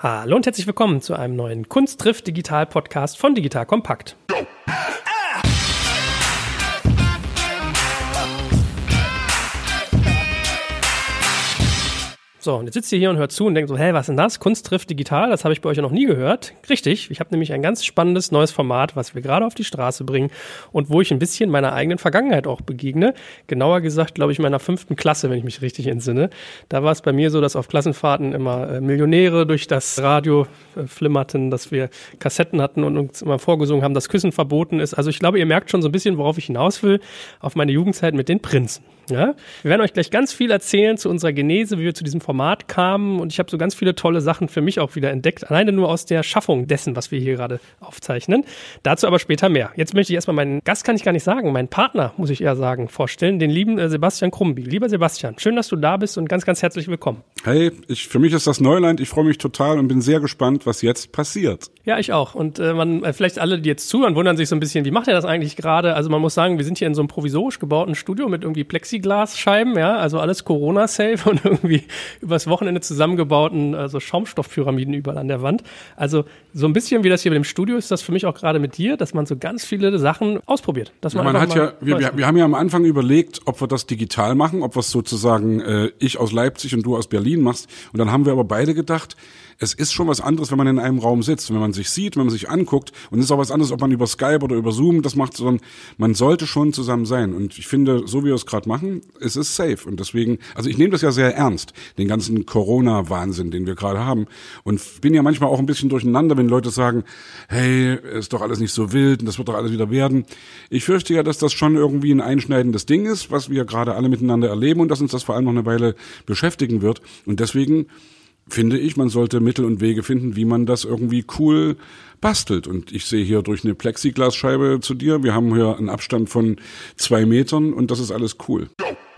Hallo und herzlich willkommen zu einem neuen Kunst trifft Digital Podcast von Digital Kompakt. So, und jetzt sitzt ihr hier und hört zu und denkt so, was ist denn das? Kunst trifft digital, das habe ich bei euch ja noch nie gehört. Richtig, ich habe nämlich ein ganz spannendes neues Format, was wir gerade auf die Straße bringen und wo ich ein bisschen meiner eigenen Vergangenheit auch begegne. Genauer gesagt, glaube ich, meiner 5. Klasse, wenn ich mich richtig entsinne. Da war es bei mir so, dass auf Klassenfahrten immer Millionäre durch das Radio flimmerten, dass wir Kassetten hatten und uns immer vorgesungen haben, dass Küssen verboten ist. Also ich glaube, ihr merkt schon so ein bisschen, worauf ich hinaus will, auf meine Jugendzeit mit den Prinzen. Ja? Wir werden euch gleich ganz viel erzählen zu unserer Genese, wie wir zu diesem Format kamen, und ich habe so ganz viele tolle Sachen für mich auch wieder entdeckt, alleine nur aus der Schaffung dessen, was wir hier gerade aufzeichnen. Dazu aber später mehr. Jetzt möchte ich erstmal meinen Gast, kann ich gar nicht sagen, meinen Partner, muss ich eher sagen, vorstellen, den lieben Sebastian Krumbiegel. Lieber Sebastian, schön, dass du da bist und ganz, ganz herzlich willkommen. Hey, für mich ist das Neuland, ich freue mich total und bin sehr gespannt, was jetzt passiert. Ja, ich auch. Und vielleicht alle, die jetzt zuhören, wundern sich so ein bisschen, wie macht er das eigentlich gerade? Also man muss sagen, wir sind hier in so einem provisorisch gebauten Studio mit irgendwie Plexiglasscheiben, ja, also alles Corona-safe und irgendwie übers Wochenende zusammengebauten Schaumstoffpyramiden überall an der Wand. Also so ein bisschen wie das hier mit dem Studio ist das für mich auch gerade mit dir, dass man so ganz viele Sachen ausprobiert. Dass man wir haben ja am Anfang überlegt, ob wir das digital machen, ob wir es sozusagen ich aus Leipzig und du aus Berlin machst. Und dann haben wir aber beide gedacht, es ist schon was anderes, wenn man in einem Raum sitzt, wenn man sich sieht, wenn man sich anguckt. Und es ist auch was anderes, ob man über Skype oder über Zoom das macht, sondern man sollte schon zusammen sein. Und ich finde, so wie wir es gerade machen, es ist safe. Und deswegen, also ich nehme das ja sehr ernst, den ganzen Corona-Wahnsinn, den wir gerade haben. Und bin ja manchmal auch ein bisschen durcheinander, wenn Leute sagen, hey, ist doch alles nicht so wild und das wird doch alles wieder werden. Ich fürchte ja, dass das schon irgendwie ein einschneidendes Ding ist, was wir gerade alle miteinander erleben und dass uns das vor allem noch eine Weile beschäftigen wird. Und deswegen finde ich, man sollte Mittel und Wege finden, wie man das irgendwie cool bastelt. Und ich sehe hier durch eine Plexiglasscheibe zu dir, wir haben hier einen Abstand von 2 Metern und das ist alles cool.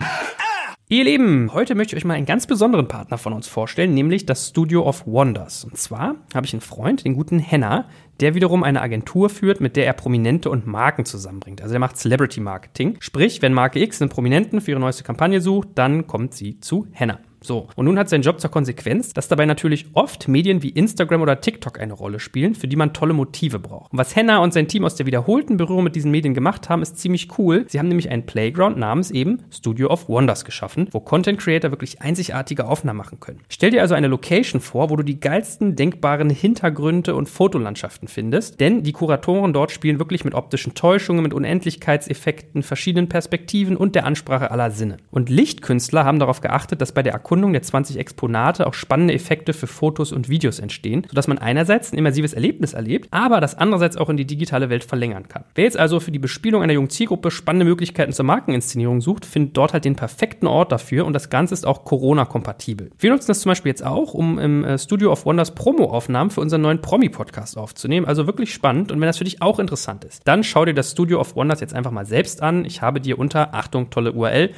Ihr Lieben, heute möchte ich euch mal einen ganz besonderen Partner von uns vorstellen, nämlich das Studio of Wonders. Und zwar habe ich einen Freund, den guten Henna, der wiederum eine Agentur führt, mit der er Prominente und Marken zusammenbringt. Also der macht Celebrity Marketing. Sprich, wenn Marke X einen Prominenten für ihre neueste Kampagne sucht, dann kommt sie zu Henna. So, und nun hat sein Job zur Konsequenz, dass dabei natürlich oft Medien wie Instagram oder TikTok eine Rolle spielen, für die man tolle Motive braucht. Und was Henna und sein Team aus der wiederholten Berührung mit diesen Medien gemacht haben, ist ziemlich cool. Sie haben nämlich einen Playground namens eben Studio of Wonders geschaffen, wo Content Creator wirklich einzigartige Aufnahmen machen können. Stell dir also eine Location vor, wo du die geilsten denkbaren Hintergründe und Fotolandschaften findest, denn die Kuratoren dort spielen wirklich mit optischen Täuschungen, mit Unendlichkeitseffekten, verschiedenen Perspektiven und der Ansprache aller Sinne. Und Lichtkünstler haben darauf geachtet, dass bei der Erkundung der 20 Exponate auch spannende Effekte für Fotos und Videos entstehen, sodass man einerseits ein immersives Erlebnis erlebt, aber das andererseits auch in die digitale Welt verlängern kann. Wer jetzt also für die Bespielung einer jungen Zielgruppe spannende Möglichkeiten zur Markeninszenierung sucht, findet dort halt den perfekten Ort dafür und das Ganze ist auch Corona-kompatibel. Wir nutzen das zum Beispiel jetzt auch, um im Studio of Wonders Promo-Aufnahmen für unseren neuen Promi-Podcast aufzunehmen, also wirklich spannend, und wenn das für dich auch interessant ist, dann schau dir das Studio of Wonders jetzt einfach mal selbst an. Ich habe dir unter, Achtung, tolle URL,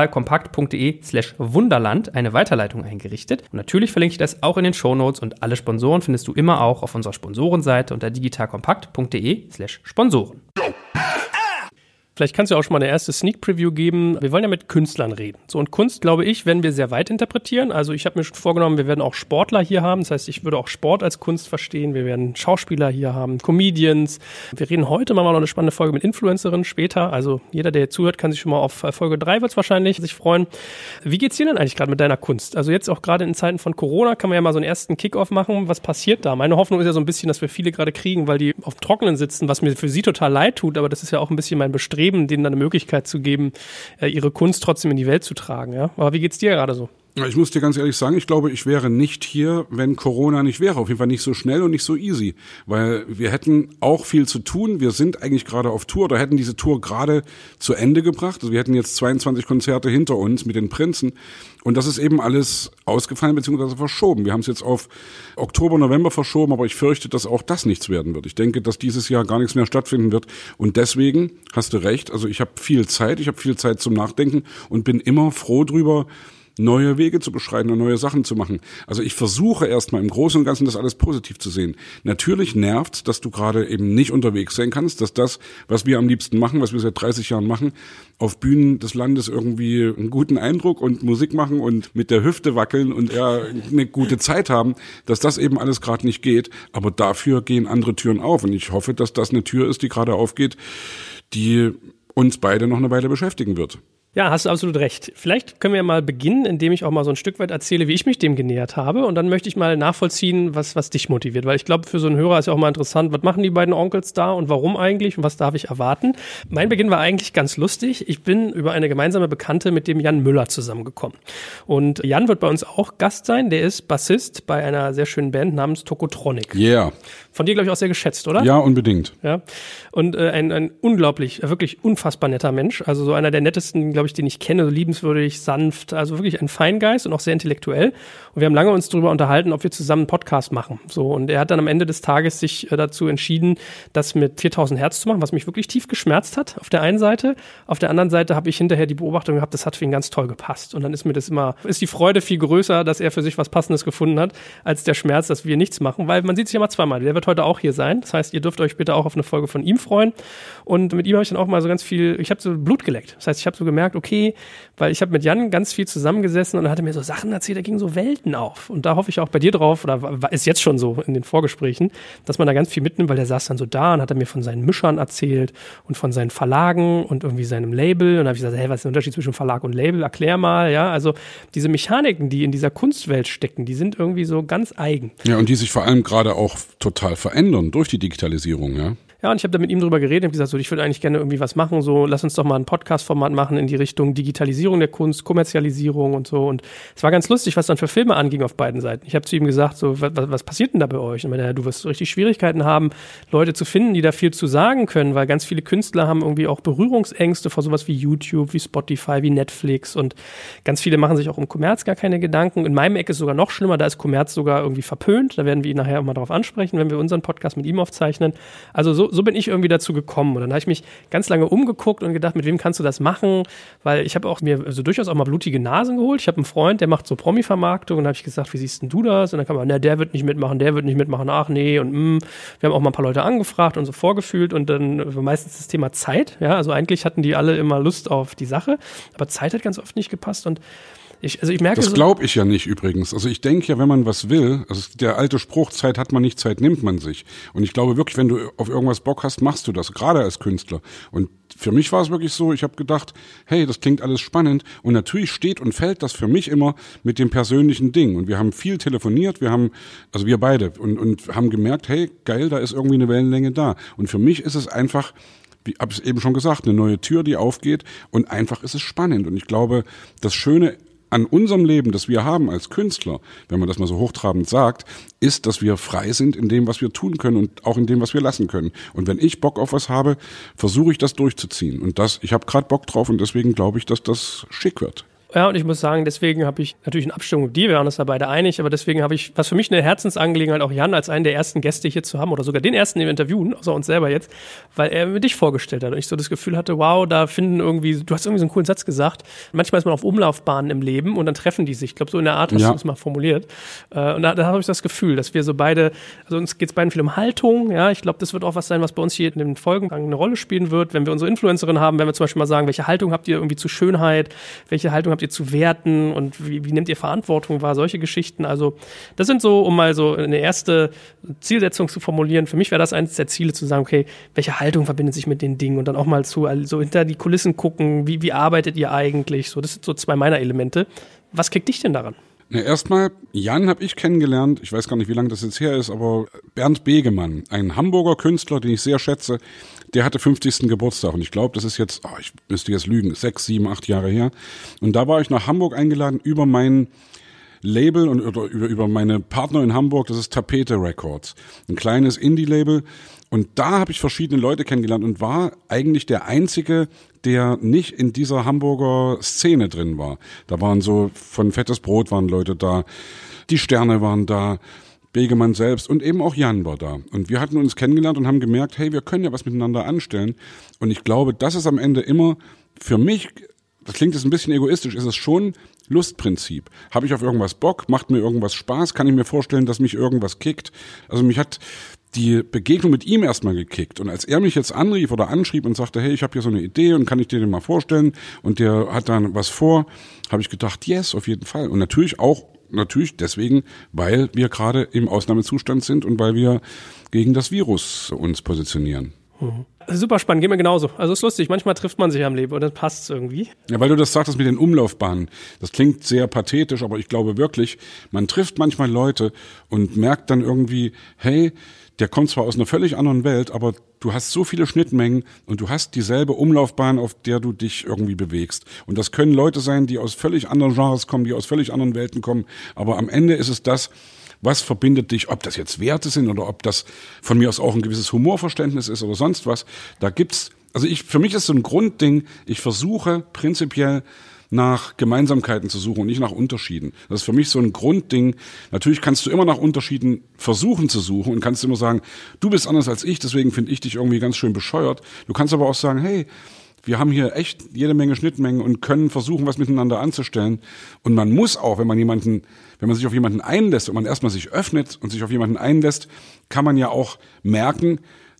digitalkompakt.de/Wunderland eine Weiterleitung eingerichtet. Und natürlich verlinke ich das auch in den Shownotes und alle Sponsoren findest du immer auch auf unserer Sponsorenseite unter digitalkompakt.de/Sponsoren. Vielleicht kannst du auch schon mal eine erste Sneak Preview geben. Wir wollen ja mit Künstlern reden. So, und Kunst, glaube ich, werden wir sehr weit interpretieren. Also ich habe mir schon vorgenommen, wir werden auch Sportler hier haben. Das heißt, ich würde auch Sport als Kunst verstehen. Wir werden Schauspieler hier haben, Comedians. Wir reden heute mal noch eine spannende Folge mit Influencerinnen später. Also jeder, der jetzt zuhört, kann sich schon mal auf Folge 3 wird's wahrscheinlich sich freuen. Wie geht's dir denn eigentlich gerade mit deiner Kunst? Also jetzt auch gerade in Zeiten von Corona kann man ja mal so einen ersten Kickoff machen. Was passiert da? Meine Hoffnung ist ja so ein bisschen, dass wir viele gerade kriegen, weil die auf dem Trockenen sitzen, was mir für sie total leid tut. Aber das ist ja auch ein bisschen mein Bestreben, denen dann eine Möglichkeit zu geben, ihre Kunst trotzdem in die Welt zu tragen. Ja? Aber wie geht's dir gerade so? Ich muss dir ganz ehrlich sagen, ich glaube, ich wäre nicht hier, wenn Corona nicht wäre. Auf jeden Fall nicht so schnell und nicht so easy. Weil wir hätten auch viel zu tun. Wir sind eigentlich gerade auf Tour oder hätten diese Tour gerade zu Ende gebracht. Also wir hätten jetzt 22 Konzerte hinter uns mit den Prinzen. Und das ist eben alles ausgefallen bzw. verschoben. Wir haben es jetzt auf Oktober, November verschoben, aber ich fürchte, dass auch das nichts werden wird. Ich denke, dass dieses Jahr gar nichts mehr stattfinden wird. Und deswegen hast du recht. Also ich habe viel Zeit zum Nachdenken und bin immer froh drüber, neue Wege zu beschreiten und neue Sachen zu machen. Also ich versuche erstmal im Großen und Ganzen das alles positiv zu sehen. Natürlich nervt's, dass du gerade eben nicht unterwegs sein kannst, dass das, was wir am liebsten machen, was wir seit 30 Jahren machen, auf Bühnen des Landes irgendwie einen guten Eindruck und Musik machen und mit der Hüfte wackeln und eher eine gute Zeit haben, dass das eben alles gerade nicht geht. Aber dafür gehen andere Türen auf und ich hoffe, dass das eine Tür ist, die gerade aufgeht, die uns beide noch eine Weile beschäftigen wird. Ja, hast du absolut recht. Vielleicht können wir mal beginnen, indem ich auch mal so ein Stück weit erzähle, wie ich mich dem genähert habe. Und dann möchte ich mal nachvollziehen, was dich motiviert. Weil ich glaube, für so einen Hörer ist ja auch mal interessant, was machen die beiden Onkels da und warum eigentlich und was darf ich erwarten? Mein Beginn war eigentlich ganz lustig. Ich bin über eine gemeinsame Bekannte mit dem Jan Müller zusammengekommen. Und Jan wird bei uns auch Gast sein. Der ist Bassist bei einer sehr schönen Band namens Tokotronic. Yeah. Von dir, glaube ich, auch sehr geschätzt, oder? Ja, unbedingt. Ja. Und ein unglaublich, wirklich unfassbar netter Mensch. Also so einer der nettesten, glaube ich, den ich kenne, so liebenswürdig, sanft, also wirklich ein Feingeist und auch sehr intellektuell. Und wir haben lange uns darüber unterhalten, ob wir zusammen einen Podcast machen. So, und er hat dann am Ende des Tages sich dazu entschieden, das mit 4000 Hertz zu machen, was mich wirklich tief geschmerzt hat, auf der einen Seite. Auf der anderen Seite habe ich hinterher die Beobachtung gehabt, das hat für ihn ganz toll gepasst. Und dann ist die Freude viel größer, dass er für sich was Passendes gefunden hat, als der Schmerz, dass wir nichts machen, weil man sieht sich ja mal zweimal. Der wird heute auch hier sein. Das heißt, ihr dürft euch bitte auch auf eine Folge von ihm freuen. Und mit ihm habe ich dann auch mal so ganz viel, ich habe so Blut geleckt. Das heißt, ich habe so gemerkt, okay, weil ich habe mit Jan ganz viel zusammengesessen und er hatte mir so Sachen erzählt, da gingen so Welten auf. Und da hoffe ich auch bei dir drauf, oder ist jetzt schon so in den Vorgesprächen, dass man da ganz viel mitnimmt, weil der saß dann so da und hat er mir von seinen Mischern erzählt und von seinen Verlagen und irgendwie seinem Label. Und dann habe ich gesagt, hey, was ist der Unterschied zwischen Verlag und Label? Erklär mal, ja. Also diese Mechaniken, die in dieser Kunstwelt stecken, die sind irgendwie so ganz eigen. Ja, und die sich vor allem gerade auch total verändern durch die Digitalisierung, ja. Ja, und ich habe da mit ihm drüber geredet und gesagt, so, ich würde eigentlich gerne irgendwie was machen, so, lass uns doch mal ein Podcast-Format machen in die Richtung Digitalisierung der Kunst, Kommerzialisierung und so. Und es war ganz lustig, was dann für Filme anging auf beiden Seiten. Ich habe zu ihm gesagt, so, was passiert denn da bei euch? Und ich meine, ja, du wirst so richtig Schwierigkeiten haben, Leute zu finden, die da viel zu sagen können, weil ganz viele Künstler haben irgendwie auch Berührungsängste vor sowas wie YouTube, wie Spotify, wie Netflix und ganz viele machen sich auch um Kommerz gar keine Gedanken. In meinem Eck ist es sogar noch schlimmer, da ist Kommerz sogar irgendwie verpönt. Da werden wir ihn nachher auch mal darauf ansprechen, wenn wir unseren Podcast mit ihm aufzeichnen. Also so bin ich irgendwie dazu gekommen. Und dann habe ich mich ganz lange umgeguckt und gedacht, mit wem kannst du das machen? Weil ich habe auch mir also durchaus auch mal blutige Nasen geholt. Ich habe einen Freund, der macht so Promi-Vermarktung und da habe ich gesagt, wie siehst denn du das? Und dann kam man, der wird nicht mitmachen, ach nee und wir haben auch mal ein paar Leute angefragt und so vorgefühlt und dann meistens das Thema Zeit. Ja, also eigentlich hatten die alle immer Lust auf die Sache, aber Zeit hat ganz oft nicht gepasst und ich merke das glaube ich ja nicht übrigens. Also ich denke ja, wenn man was will, also der alte Spruch, Zeit hat man nicht, Zeit nimmt man sich. Und ich glaube wirklich, wenn du auf irgendwas Bock hast, machst du das, gerade als Künstler. Und für mich war es wirklich so, ich habe gedacht, hey, das klingt alles spannend. Und natürlich steht und fällt das für mich immer mit dem persönlichen Ding. Und wir haben viel telefoniert, also wir beide, und haben gemerkt, hey, geil, da ist irgendwie eine Wellenlänge da. Und für mich ist es einfach, wie habe ich eben schon gesagt, eine neue Tür, die aufgeht. Und einfach ist es spannend. Und ich glaube, das Schöne an unserem Leben, das wir haben als Künstler, wenn man das mal so hochtrabend sagt, ist, dass wir frei sind in dem, was wir tun können und auch in dem, was wir lassen können. Und wenn ich Bock auf was habe, versuche ich das durchzuziehen. Und ich habe gerade Bock drauf und deswegen glaube ich, dass das schick wird. Ja, und ich muss sagen, deswegen habe ich natürlich in Abstimmung mit dir, wir waren uns da beide einig, aber deswegen habe ich, was für mich eine Herzensangelegenheit, auch Jan als einen der ersten Gäste hier zu haben oder sogar den ersten im Interviewen, außer uns selber jetzt, weil er mir dich vorgestellt hat und ich so das Gefühl hatte, wow, da finden irgendwie, du hast irgendwie so einen coolen Satz gesagt, manchmal ist man auf Umlaufbahnen im Leben und dann treffen die sich, ich glaube so in der Art hast du es mal formuliert und da habe ich das Gefühl, dass wir so beide, also uns geht es beiden viel um Haltung, ja, ich glaube, das wird auch was sein, was bei uns hier in den Folgen eine Rolle spielen wird, wenn wir unsere Influencerin haben, wenn wir zum Beispiel mal sagen, welche Haltung habt ihr irgendwie zu Schönheit, welche Haltung habt ihr zu Werten und wie nehmt ihr Verantwortung wahr, solche Geschichten. Also das sind so, um mal so eine erste Zielsetzung zu formulieren, für mich wäre das eines der Ziele, zu sagen, okay, welche Haltung verbindet sich mit den Dingen und dann auch mal so hinter die Kulissen gucken, wie arbeitet ihr eigentlich? So, das sind so zwei meiner Elemente. Was kriegt dich denn daran? Na, erstmal, Jan habe ich kennengelernt, ich weiß gar nicht, wie lange das jetzt her ist, aber Bernd Begemann, ein Hamburger Künstler, den ich sehr schätze, der hatte 50. Geburtstag und ich glaube, das ist jetzt, ich müsste jetzt lügen, 6, 7, 8 Jahre her. Und da war ich nach Hamburg eingeladen über mein Label und über meine Partner in Hamburg, das ist Tapete Records, ein kleines Indie-Label. Und da habe ich verschiedene Leute kennengelernt und war eigentlich der Einzige, der nicht in dieser Hamburger Szene drin war. Da waren so, von Fettes Brot waren Leute da, die Sterne waren da, Begemann selbst und eben auch Jan war da. Und wir hatten uns kennengelernt und haben gemerkt, hey, wir können ja was miteinander anstellen. Und ich glaube, das ist am Ende immer für mich das klingt jetzt ein bisschen egoistisch, ist es schon Lustprinzip. Habe ich auf irgendwas Bock? Macht mir irgendwas Spaß? Kann ich mir vorstellen, dass mich irgendwas kickt? Also mich hat die Begegnung mit ihm erstmal gekickt. Und als er mich jetzt anrief oder anschrieb und sagte, hey, ich habe hier so eine Idee und kann ich dir den mal vorstellen? Und der hat dann was vor, habe ich gedacht, yes, auf jeden Fall. Und natürlich deswegen, weil wir gerade im Ausnahmezustand sind und weil wir gegen das Virus uns positionieren. Super spannend, geht mir genauso. Also ist lustig, manchmal trifft man sich am Leben und dann passt es irgendwie. Ja, weil du das sagtest mit den Umlaufbahnen. Das klingt sehr pathetisch, aber ich glaube wirklich, man trifft manchmal Leute und merkt dann irgendwie, hey, der kommt zwar aus einer völlig anderen Welt, aber du hast so viele Schnittmengen und du hast dieselbe Umlaufbahn, auf der du dich irgendwie bewegst. Und das können Leute sein, die aus völlig anderen Genres kommen, die aus völlig anderen Welten kommen. Aber am Ende ist es das, was verbindet dich, ob das jetzt Werte sind oder ob das von mir aus auch ein gewisses Humorverständnis ist oder sonst was. Da gibt's, also für mich ist so ein Grundding, ich versuche prinzipiell nach Gemeinsamkeiten zu suchen und nicht nach Unterschieden. Das ist für mich so ein Grundding. Natürlich kannst du immer nach Unterschieden versuchen zu suchen und kannst immer sagen, du bist anders als ich, deswegen finde ich dich irgendwie ganz schön bescheuert. Du kannst aber auch sagen, hey, wir haben hier echt jede Menge Schnittmengen und können versuchen, was miteinander anzustellen. Und man muss auch, wenn man sich auf jemanden einlässt und man erstmal sich öffnet und sich auf jemanden einlässt, kann man ja auch merken,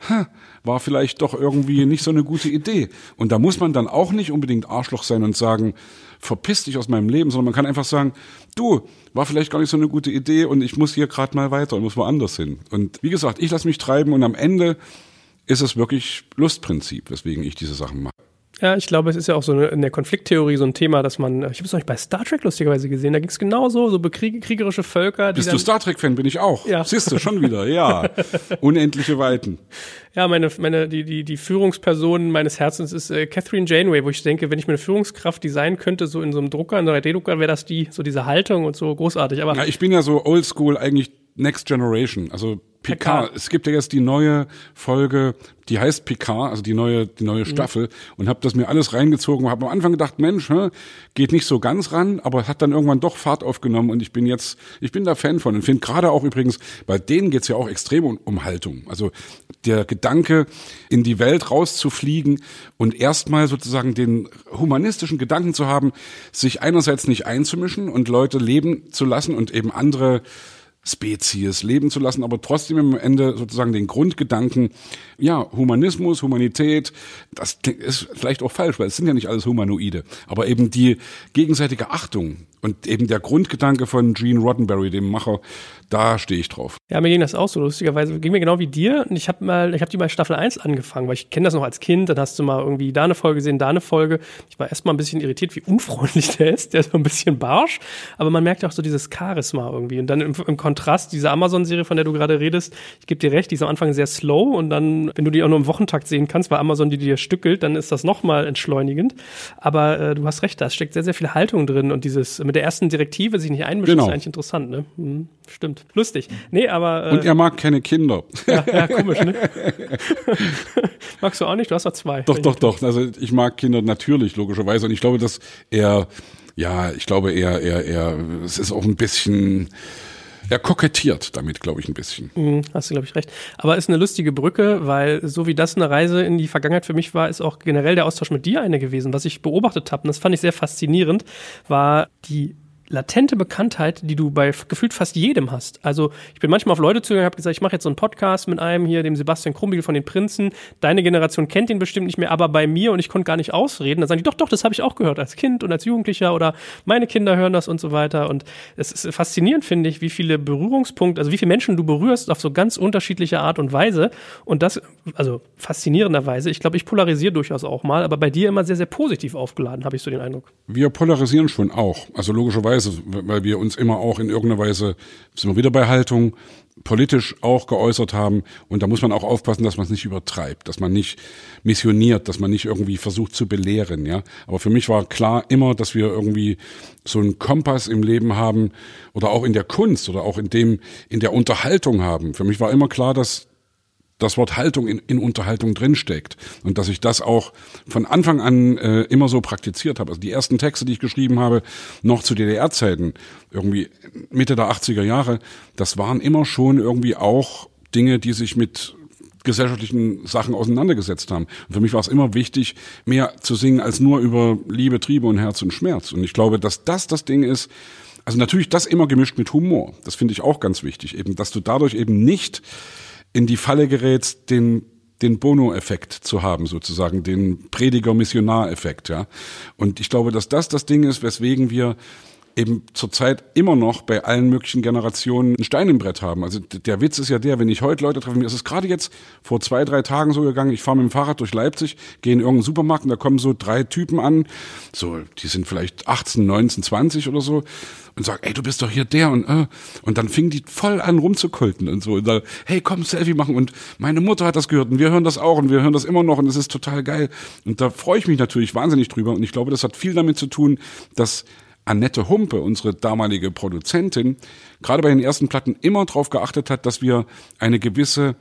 war vielleicht doch irgendwie nicht so eine gute Idee. Und da muss man dann auch nicht unbedingt Arschloch sein und sagen, verpiss dich aus meinem Leben, sondern man kann einfach sagen, du, war vielleicht gar nicht so eine gute Idee und ich muss hier gerade mal weiter und muss woanders hin. Und wie gesagt, ich lasse mich treiben und am Ende ist es wirklich Lustprinzip, weswegen ich diese Sachen mache. Ja, ich glaube, es ist ja auch so in der Konflikttheorie so ein Thema, dass man, ich habe es noch nicht bei Star Trek lustigerweise gesehen, da ging es genauso, so kriegerische Völker. Bist du Star Trek-Fan? Bin ich auch. Ja. Siehst du, schon wieder, ja. Unendliche Weiten. Ja, die Führungsperson meines Herzens ist Catherine Janeway, wo ich denke, wenn ich mir eine Führungskraft designen könnte, so in so einem Drucker, in so einem 3D-Drucker, wäre das so diese Haltung und so großartig. Aber ja, ich bin ja so oldschool, eigentlich Next Generation, also Picard. Es gibt ja jetzt die neue Folge, die heißt Picard, also die neue Staffel, und habe das mir alles reingezogen und habe am Anfang gedacht, Mensch, geht nicht so ganz ran, aber hat dann irgendwann doch Fahrt aufgenommen und ich bin da Fan von und finde gerade auch übrigens, bei denen geht's ja auch extrem um Haltung. Also der Gedanke, in die Welt rauszufliegen und erstmal sozusagen den humanistischen Gedanken zu haben, sich einerseits nicht einzumischen und Leute leben zu lassen und eben andere Spezies leben zu lassen, aber trotzdem am Ende sozusagen den Grundgedanken, ja, Humanismus, Humanität, das ist vielleicht auch falsch, weil es sind ja nicht alles Humanoide, aber eben die gegenseitige Achtung und eben der Grundgedanke von Gene Roddenberry, dem Macher, da stehe ich drauf. Ja, mir ging das auch so, lustigerweise. Ging mir genau wie dir. Und ich habe die bei Staffel 1 angefangen, weil ich kenne das noch als Kind. Dann hast du mal irgendwie da eine Folge gesehen, da eine Folge. Ich war erst mal ein bisschen irritiert, wie unfreundlich der ist. Der ist so ein bisschen barsch. Aber man merkt auch so dieses Charisma irgendwie. Und dann im Kontrast, diese Amazon-Serie, von der du gerade redest, ich gebe dir recht, die ist am Anfang sehr slow. Und dann, wenn du die auch nur im Wochentakt sehen kannst, weil Amazon die dir stückelt, dann ist das nochmal entschleunigend. Aber du hast recht, da steckt sehr, sehr viel Haltung drin. Und dieses mit der ersten Direktive sich nicht einmischen, ist eigentlich interessant, ne? Stimmt. Lustig. Nee, aber. Und er mag keine Kinder. Ja, komisch, ne? Magst du auch nicht? Du hast doch 2. Doch. Also ich mag Kinder natürlich, logischerweise. Und ich glaube, dass es ist auch ein bisschen. Er kokettiert damit, glaube ich, ein bisschen. Hast du, glaube ich, recht. Aber ist eine lustige Brücke, weil so wie das eine Reise in die Vergangenheit für mich war, ist auch generell der Austausch mit dir eine gewesen. Was ich beobachtet habe, und das fand ich sehr faszinierend, war die latente Bekanntheit, die du bei gefühlt fast jedem hast. Also ich bin manchmal auf Leute zugegangen und habe gesagt, ich mache jetzt so einen Podcast mit einem hier, dem Sebastian Krumbiegel von den Prinzen. Deine Generation kennt ihn bestimmt nicht mehr, aber bei mir, und ich konnte gar nicht ausreden, dann sagen die, doch, das habe ich auch gehört als Kind und als Jugendlicher oder meine Kinder hören das und so weiter. Und es ist faszinierend, finde ich, wie viele Berührungspunkte, also wie viele Menschen du berührst auf so ganz unterschiedliche Art und Weise. Und das, also faszinierenderweise, ich glaube, ich polarisiere durchaus auch mal, aber bei dir immer sehr, sehr positiv aufgeladen, habe ich so den Eindruck. Wir polarisieren schon auch. Also logischerweise, weil wir uns immer auch in irgendeiner Weise, sind wir wieder bei Haltung, politisch auch geäußert haben. Und da muss man auch aufpassen, dass man es nicht übertreibt, dass man nicht missioniert, dass man nicht irgendwie versucht zu belehren. Ja. Aber für mich war klar immer, dass wir irgendwie so einen Kompass im Leben haben oder auch in der Kunst oder auch in der Unterhaltung haben. Für mich war immer klar, dass das Wort Haltung in Unterhaltung drinsteckt und dass ich das auch von Anfang an immer so praktiziert habe. Also die ersten Texte, die ich geschrieben habe, noch zu DDR-Zeiten, irgendwie Mitte der 80er Jahre, das waren immer schon irgendwie auch Dinge, die sich mit gesellschaftlichen Sachen auseinandergesetzt haben. Und für mich war es immer wichtig, mehr zu singen als nur über Liebe, Triebe und Herz und Schmerz. Und ich glaube, dass das Ding ist, also natürlich das immer gemischt mit Humor. Das finde ich auch ganz wichtig, eben, dass du dadurch eben nicht in die Falle gerätst, den Bono-Effekt zu haben, sozusagen, den Prediger-Missionar-Effekt, ja. Und ich glaube, dass das Ding ist, weswegen wir eben zurzeit immer noch bei allen möglichen Generationen ein Stein im Brett haben. Also der Witz ist ja der, wenn ich heute Leute treffe, mir ist es gerade jetzt vor 2-3 Tagen so gegangen, ich fahre mit dem Fahrrad durch Leipzig, gehe in irgendeinen Supermarkt und da kommen so 3 Typen an, so, die sind vielleicht 18, 19, 20 oder so und sagen, ey, du bist doch hier der und dann fingen die voll an rumzukulten und so und dann, hey, komm, Selfie machen und meine Mutter hat das gehört und wir hören das auch und wir hören das immer noch und es ist total geil und da freue ich mich natürlich wahnsinnig drüber und ich glaube, das hat viel damit zu tun, dass Annette Humpe, unsere damalige Produzentin, gerade bei den ersten Platten immer darauf geachtet hat, dass wir eine gewisse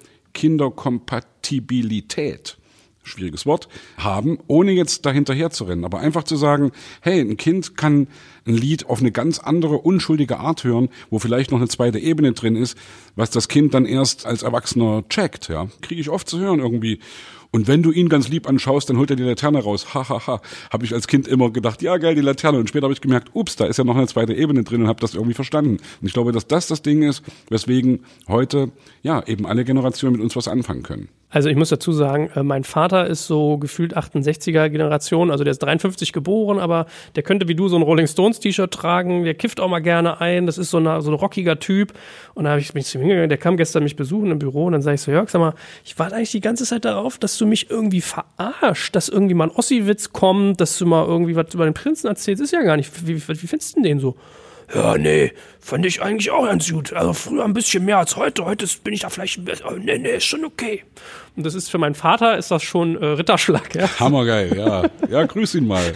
Kinderkompatibilität, schwieriges Wort, haben, ohne jetzt dahinterher zu rennen. Aber einfach zu sagen, hey, ein Kind kann ein Lied auf eine ganz andere, unschuldige Art hören, wo vielleicht noch eine zweite Ebene drin ist, was das Kind dann erst als Erwachsener checkt. Ja, kriege ich oft zu hören irgendwie. Und wenn du ihn ganz lieb anschaust, dann holt er die Laterne raus. Hahaha. Habe ich als Kind immer gedacht, ja geil, die Laterne. Und später habe ich gemerkt, ups, da ist ja noch eine zweite Ebene drin und habe das irgendwie verstanden. Und ich glaube, dass das Ding ist, weswegen heute ja eben alle Generationen mit uns was anfangen können. Also ich muss dazu sagen, mein Vater ist so gefühlt 68er Generation, also der ist 53 geboren, aber der könnte wie du so ein Rolling Stones T-Shirt tragen, der kifft auch mal gerne ein, das ist so ein rockiger Typ. Und da habe ich mich zu ihm hingegangen, der kam gestern mich besuchen im Büro und dann sage ich so, Jörg, sag mal, ich warte eigentlich die ganze Zeit darauf, dass du mich irgendwie verarscht, dass irgendwie mal ein Ossi-Witz kommt, dass du mal irgendwie was über den Prinzen erzählst, ist ja gar nicht, wie findest du den so? Ja, nee, fand ich eigentlich auch ganz gut. Also früher ein bisschen mehr als heute. Heute bin ich da vielleicht ein bisschen, nee, ist schon okay. Und das ist für meinen Vater ist das schon Ritterschlag. Ja? Hammergeil, ja. Ja, grüß ihn mal.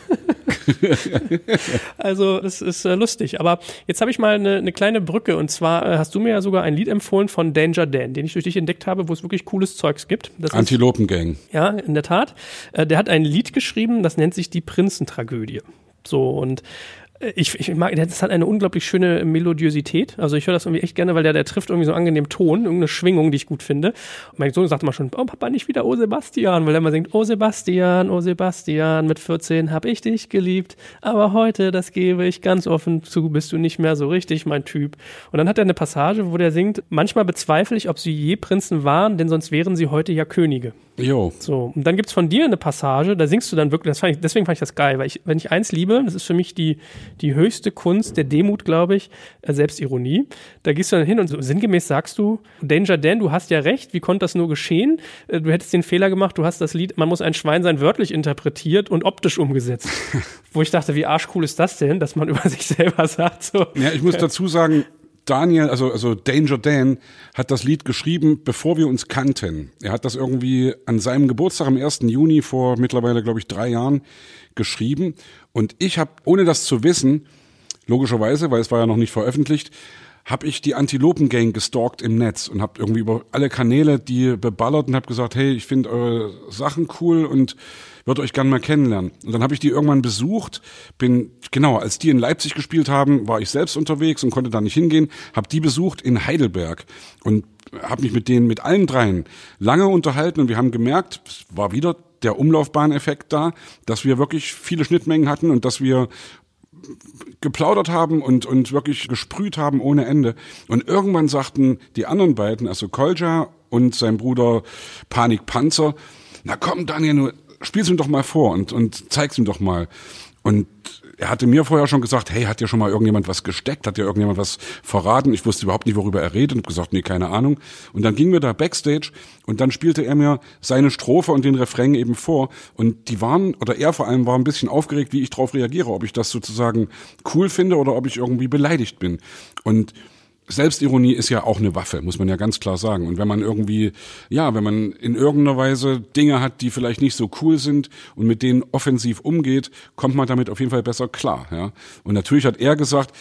Also das ist lustig. Aber jetzt habe ich mal eine kleine Brücke. Und zwar hast du mir ja sogar ein Lied empfohlen von Danger Dan, den ich durch dich entdeckt habe, wo es wirklich cooles Zeugs gibt. Das Antilopengang. Ja, in der Tat. Der hat ein Lied geschrieben, das nennt sich Die Prinzentragödie. So, und ich mag, das hat eine unglaublich schöne Melodiosität. Also ich höre das irgendwie echt gerne, weil der trifft irgendwie so einen angenehmen Ton, irgendeine Schwingung, die ich gut finde. Und mein Sohn sagt immer schon, oh Papa, nicht wieder Oh Sebastian, weil er immer singt, oh Sebastian, mit 14 hab ich dich geliebt, aber heute, das gebe ich ganz offen zu, bist du nicht mehr so richtig mein Typ. Und dann hat er eine Passage, wo der singt, manchmal bezweifle ich, ob sie je Prinzen waren, denn sonst wären sie heute ja Könige. Jo. So, und dann gibt's von dir eine Passage, da singst du dann wirklich, deswegen fand ich das geil, weil wenn ich eins liebe, das ist für mich die höchste Kunst der Demut, glaube ich, Selbstironie. Da gehst du dann hin und so sinngemäß sagst du, Danger Dan, du hast ja recht, wie konnte das nur geschehen? Du hättest den Fehler gemacht, du hast das Lied, man muss ein Schwein sein, wörtlich interpretiert und optisch umgesetzt. Wo ich dachte, wie arschcool ist das denn, dass man über sich selber sagt, so. Ja, ich muss dazu sagen, Daniel, also Danger Dan, hat das Lied geschrieben, bevor wir uns kannten. Er hat das irgendwie an seinem Geburtstag am 1. Juni vor mittlerweile, glaube ich, 3 Jahren geschrieben. Und ich habe, ohne das zu wissen, logischerweise, weil es war ja noch nicht veröffentlicht, habe ich die Antilopengang gestalkt im Netz und habe irgendwie über alle Kanäle die beballert und habe gesagt, hey, ich finde eure Sachen cool und würde euch gerne mal kennenlernen. Und dann habe ich die irgendwann besucht, als die in Leipzig gespielt haben, war ich selbst unterwegs und konnte da nicht hingehen, habe die besucht in Heidelberg und habe mich mit allen dreien lange unterhalten und wir haben gemerkt, es war wieder der Umlaufbahneffekt da, dass wir wirklich viele Schnittmengen hatten und dass wir geplaudert haben und wirklich gesprüht haben ohne Ende. Und irgendwann sagten die anderen beiden, also Kolja und sein Bruder Panik Panzer, na komm Daniel, spiel's ihm doch mal vor und zeig's ihm doch mal. Und er hatte mir vorher schon gesagt, hey, hat dir schon mal irgendjemand was gesteckt? Hat dir irgendjemand was verraten? Ich wusste überhaupt nicht, worüber er redet und habe gesagt, nee, keine Ahnung. Und dann gingen wir da Backstage und dann spielte er mir seine Strophe und den Refrain eben vor. Und er vor allem war ein bisschen aufgeregt, wie ich darauf reagiere, ob ich das sozusagen cool finde oder ob ich irgendwie beleidigt bin. Und Selbstironie ist ja auch eine Waffe, muss man ja ganz klar sagen. Und wenn man wenn man in irgendeiner Weise Dinge hat, die vielleicht nicht so cool sind und mit denen offensiv umgeht, kommt man damit auf jeden Fall besser klar, ja. Und natürlich hat er gesagt,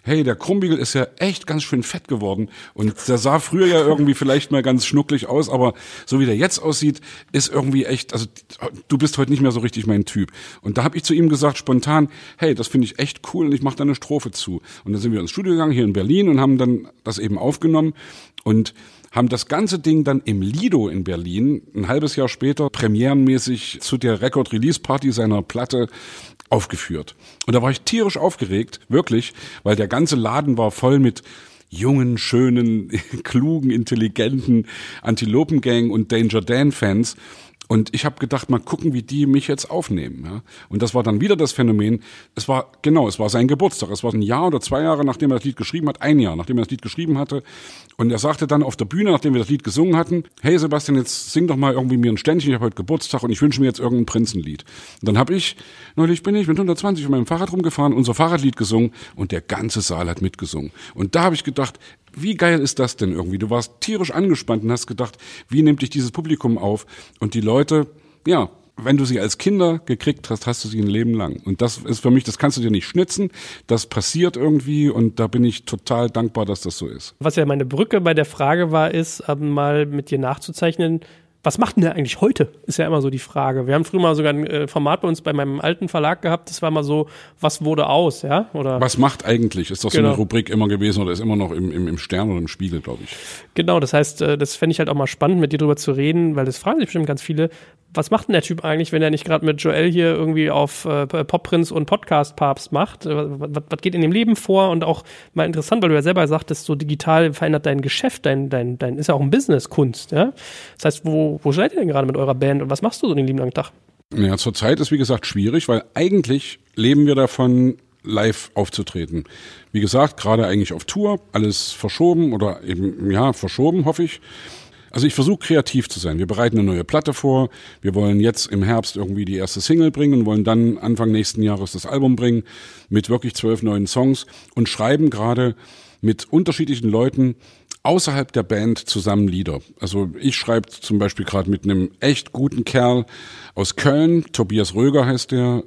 hey, der Krumbiegel ist ja echt ganz schön fett geworden und der sah früher ja irgendwie vielleicht mal ganz schnucklig aus, aber so wie der jetzt aussieht, ist irgendwie echt, also du bist heute nicht mehr so richtig mein Typ. Und da habe ich zu ihm gesagt, spontan, hey, das finde ich echt cool und ich mache da eine Strophe zu. Und dann sind wir ins Studio gegangen, hier in Berlin, und haben dann das eben aufgenommen und haben das ganze Ding dann im Lido in Berlin ein halbes Jahr später premierenmäßig zu der Record-Release-Party seiner Platte aufgeführt. Und da war ich tierisch aufgeregt, wirklich, weil der ganze Laden war voll mit jungen, schönen, klugen, intelligenten Antilopen-Gang und Danger Dan-Fans. Und ich habe gedacht, mal gucken, wie die mich jetzt aufnehmen. Ja? Und das war dann wieder das Phänomen, es war sein Geburtstag. Es war ein Jahr oder 2 Jahre, nachdem er das Lied geschrieben hat, ein Jahr, nachdem er das Lied geschrieben hatte. Und er sagte dann auf der Bühne, nachdem wir das Lied gesungen hatten, hey Sebastian, jetzt sing doch mal irgendwie mir ein Ständchen, ich habe heute Geburtstag und ich wünsche mir jetzt irgendein Prinzenlied. Und dann habe ich, neulich bin ich mit 120 auf meinem Fahrrad rumgefahren, unser Fahrradlied gesungen und der ganze Saal hat mitgesungen. Und da habe ich gedacht, wie geil ist das denn irgendwie? Du warst tierisch angespannt und hast gedacht, wie nimmt dich dieses Publikum auf? Und die Leute, ja, wenn du sie als Kinder gekriegt hast, hast du sie ein Leben lang. Und das ist für mich, das kannst du dir nicht schnitzen, das passiert irgendwie und da bin ich total dankbar, dass das so ist. Was ja meine Brücke bei der Frage war, ist, mal mit dir nachzuzeichnen, was macht denn der eigentlich heute? Ist ja immer so die Frage. Wir haben früher mal sogar ein Format bei uns bei meinem alten Verlag gehabt, das war mal so, was wurde aus, ja? Oder was macht eigentlich? Ist doch so eine Rubrik immer gewesen oder ist immer noch im Stern oder im Spiegel, glaube ich. Genau, das heißt, das fände ich halt auch mal spannend, mit dir drüber zu reden, weil das fragen sich bestimmt ganz viele, was macht denn der Typ eigentlich, wenn er nicht gerade mit Joel hier irgendwie auf Popprinz und Podcast-Papst macht? Was geht in dem Leben vor? Und auch mal interessant, weil du ja selber sagtest, so digital verändert dein Geschäft, dein ist ja auch ein Business, Kunst, ja? Das heißt, wo seid ihr denn gerade mit eurer Band und was machst du so den lieben langen Tag? Ja, zurzeit ist, wie gesagt, schwierig, weil eigentlich leben wir davon, live aufzutreten. Wie gesagt, gerade eigentlich auf Tour, alles verschoben oder eben, ja, verschoben, hoffe ich. Also ich versuche kreativ zu sein. Wir bereiten eine neue Platte vor. Wir wollen jetzt im Herbst irgendwie die erste Single bringen und wollen dann Anfang nächsten Jahres das Album bringen mit wirklich 12 neuen Songs und schreiben gerade mit unterschiedlichen Leuten außerhalb der Band zusammen Lieder. Also ich schreibe zum Beispiel gerade mit einem echt guten Kerl aus Köln, Tobias Röger heißt der,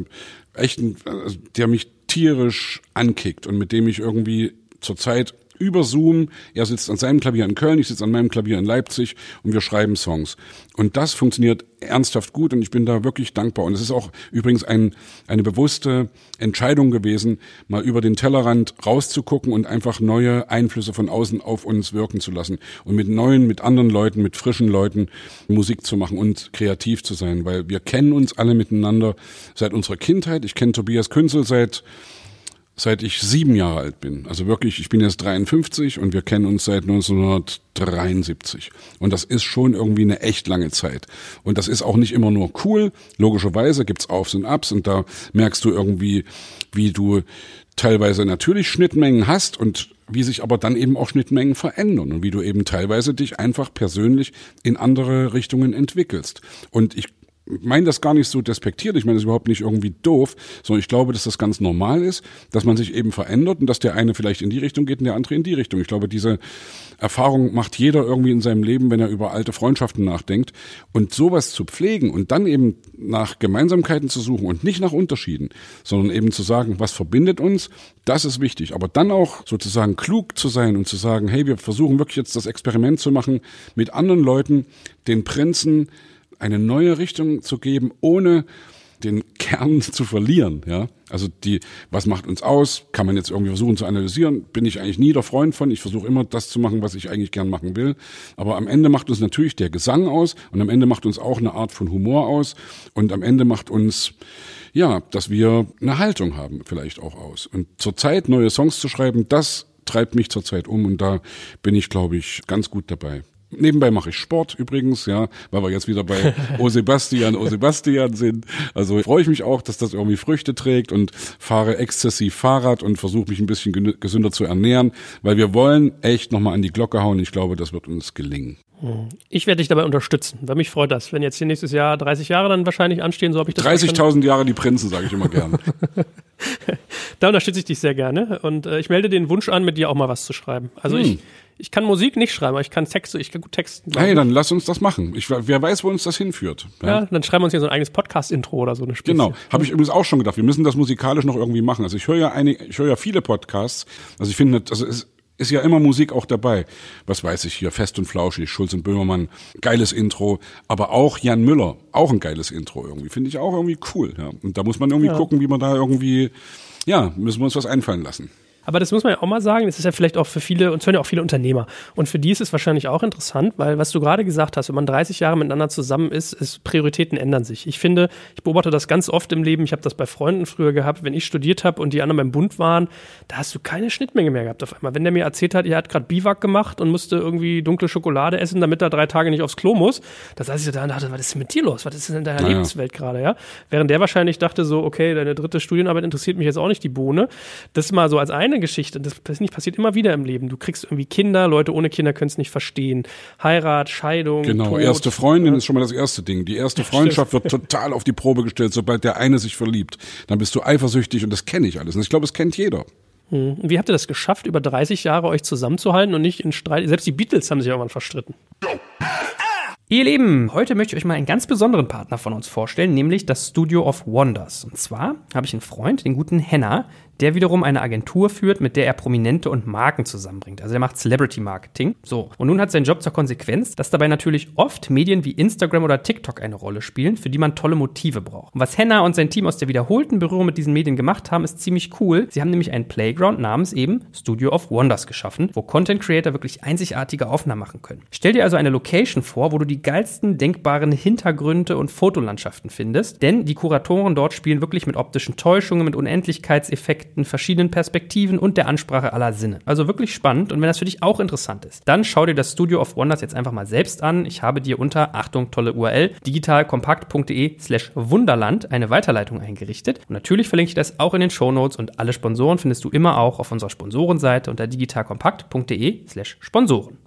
der mich tierisch ankickt und mit dem ich irgendwie zurzeit über Zoom, er sitzt an seinem Klavier in Köln, ich sitze an meinem Klavier in Leipzig und wir schreiben Songs. Und das funktioniert ernsthaft gut und ich bin da wirklich dankbar. Und es ist auch übrigens eine bewusste Entscheidung gewesen, mal über den Tellerrand rauszugucken und einfach neue Einflüsse von außen auf uns wirken zu lassen und mit anderen Leuten, mit frischen Leuten Musik zu machen und kreativ zu sein, weil wir kennen uns alle miteinander seit unserer Kindheit. Ich kenne Tobias Künzel seit ich 7 Jahre alt bin. Also wirklich, ich bin jetzt 53 und wir kennen uns seit 1973. Und das ist schon irgendwie eine echt lange Zeit. Und das ist auch nicht immer nur cool. Logischerweise gibt's Aufs und Ups und da merkst du irgendwie, wie du teilweise natürlich Schnittmengen hast und wie sich aber dann eben auch Schnittmengen verändern und wie du eben teilweise dich einfach persönlich in andere Richtungen entwickelst. Und ich meine das gar nicht so despektierlich, ich meine das überhaupt nicht irgendwie doof, sondern ich glaube, dass das ganz normal ist, dass man sich eben verändert und dass der eine vielleicht in die Richtung geht und der andere in die Richtung. Ich glaube, diese Erfahrung macht jeder irgendwie in seinem Leben, wenn er über alte Freundschaften nachdenkt. Und sowas zu pflegen und dann eben nach Gemeinsamkeiten zu suchen und nicht nach Unterschieden, sondern eben zu sagen, was verbindet uns, das ist wichtig. Aber dann auch sozusagen klug zu sein und zu sagen, hey, wir versuchen wirklich jetzt das Experiment zu machen, mit anderen Leuten den Prinzen eine neue Richtung zu geben, ohne den Kern zu verlieren, ja. Also was macht uns aus? Kann man jetzt irgendwie versuchen zu analysieren? Bin ich eigentlich nie der Freund von. Ich versuche immer das zu machen, was ich eigentlich gern machen will. Aber am Ende macht uns natürlich der Gesang aus und am Ende macht uns auch eine Art von Humor aus und am Ende macht uns, ja, dass wir eine Haltung haben vielleicht auch aus. Und zurzeit neue Songs zu schreiben, das treibt mich zurzeit um und da bin ich, glaube ich, ganz gut dabei. Nebenbei mache ich Sport übrigens, ja, weil wir jetzt wieder bei O Sebastian sind. Also freue ich mich auch, dass das irgendwie Früchte trägt und fahre exzessiv Fahrrad und versuche mich ein bisschen gesünder zu ernähren, weil wir wollen echt nochmal an die Glocke hauen. Ich glaube, das wird uns gelingen. Ich werde dich dabei unterstützen, weil mich freut das. Wenn jetzt hier nächstes Jahr 30 Jahre dann wahrscheinlich anstehen, so habe ich das 30.000 Jahre die Prinzen, sage ich immer gerne. Da unterstütze ich dich sehr gerne und ich melde den Wunsch an, mit dir auch mal was zu schreiben. Also Ich kann Musik nicht schreiben, aber ich kann gut texten. Hey, dann lass uns das machen. Wer weiß, wo uns das hinführt. Ja, dann schreiben wir uns hier so ein eigenes Podcast-Intro oder so eine Späßchen. Genau, habe ich übrigens auch schon gedacht. Wir müssen das musikalisch noch irgendwie machen. Also ich höre ja viele Podcasts. Also ich finde, also es ist ja immer Musik auch dabei. Was weiß ich hier, Fest und Flauschig, Schulz und Böhmermann, geiles Intro. Aber auch Jan Müller, auch ein geiles Intro irgendwie. Finde ich auch irgendwie cool. Ja. Und da muss man irgendwie gucken, wie man da irgendwie, müssen wir uns was einfallen lassen. Aber das muss man ja auch mal sagen, das ist ja vielleicht auch für viele, uns hören ja auch viele Unternehmer. Und für die ist es wahrscheinlich auch interessant, weil was du gerade gesagt hast, wenn man 30 Jahre miteinander zusammen ist, Prioritäten ändern sich. Ich finde, ich beobachte das ganz oft im Leben, ich habe das bei Freunden früher gehabt, wenn ich studiert habe und die anderen beim Bund waren, da hast du keine Schnittmenge mehr gehabt auf einmal. Wenn der mir erzählt hat, er hat gerade Biwak gemacht und musste irgendwie dunkle Schokolade essen, damit er 3 Tage nicht aufs Klo muss, da saß ich da und dachte, was ist mit dir los? Was ist denn in deiner Lebenswelt gerade, ja? Während der wahrscheinlich dachte so, okay, deine 3. Studienarbeit interessiert mich jetzt auch nicht die Bohne. Das mal so als eine Geschichte, das passiert immer wieder im Leben. Du kriegst irgendwie Kinder, Leute ohne Kinder können es nicht verstehen. Heirat, Scheidung, genau, Tod. Erste Freundin ist schon mal das erste Ding. Die erste Freundschaft wird total auf die Probe gestellt, sobald der eine sich verliebt. Dann bist du eifersüchtig und das kenne ich alles. Und ich glaube, das kennt jeder. Und wie habt ihr das geschafft, über 30 Jahre euch zusammenzuhalten und nicht in Streit? Selbst die Beatles haben sich irgendwann verstritten. Ihr Lieben, heute möchte ich euch mal einen ganz besonderen Partner von uns vorstellen, nämlich das Studio of Wonders. Und zwar habe ich einen Freund, den guten Henna, der wiederum eine Agentur führt, mit der er Prominente und Marken zusammenbringt. Also er macht Celebrity Marketing. So, und nun hat sein Job zur Konsequenz, dass dabei natürlich oft Medien wie Instagram oder TikTok eine Rolle spielen, für die man tolle Motive braucht. Und was Henna und sein Team aus der wiederholten Berührung mit diesen Medien gemacht haben, ist ziemlich cool. Sie haben nämlich einen Playground namens eben Studio of Wonders geschaffen, wo Content Creator wirklich einzigartige Aufnahmen machen können. Stell dir also eine Location vor, wo du die geilsten denkbaren Hintergründe und Fotolandschaften findest, denn die Kuratoren dort spielen wirklich mit optischen Täuschungen, mit Unendlichkeitseffekten, verschiedenen Perspektiven und der Ansprache aller Sinne. Also wirklich spannend, und wenn das für dich auch interessant ist, dann schau dir das Studio of Wonders jetzt einfach mal selbst an. Ich habe dir unter, Achtung, tolle URL, digitalkompakt.de/Wunderland eine Weiterleitung eingerichtet. Und natürlich verlinke ich das auch in den Shownotes, und alle Sponsoren findest du immer auch auf unserer Sponsorenseite unter digitalkompakt.de/Sponsoren.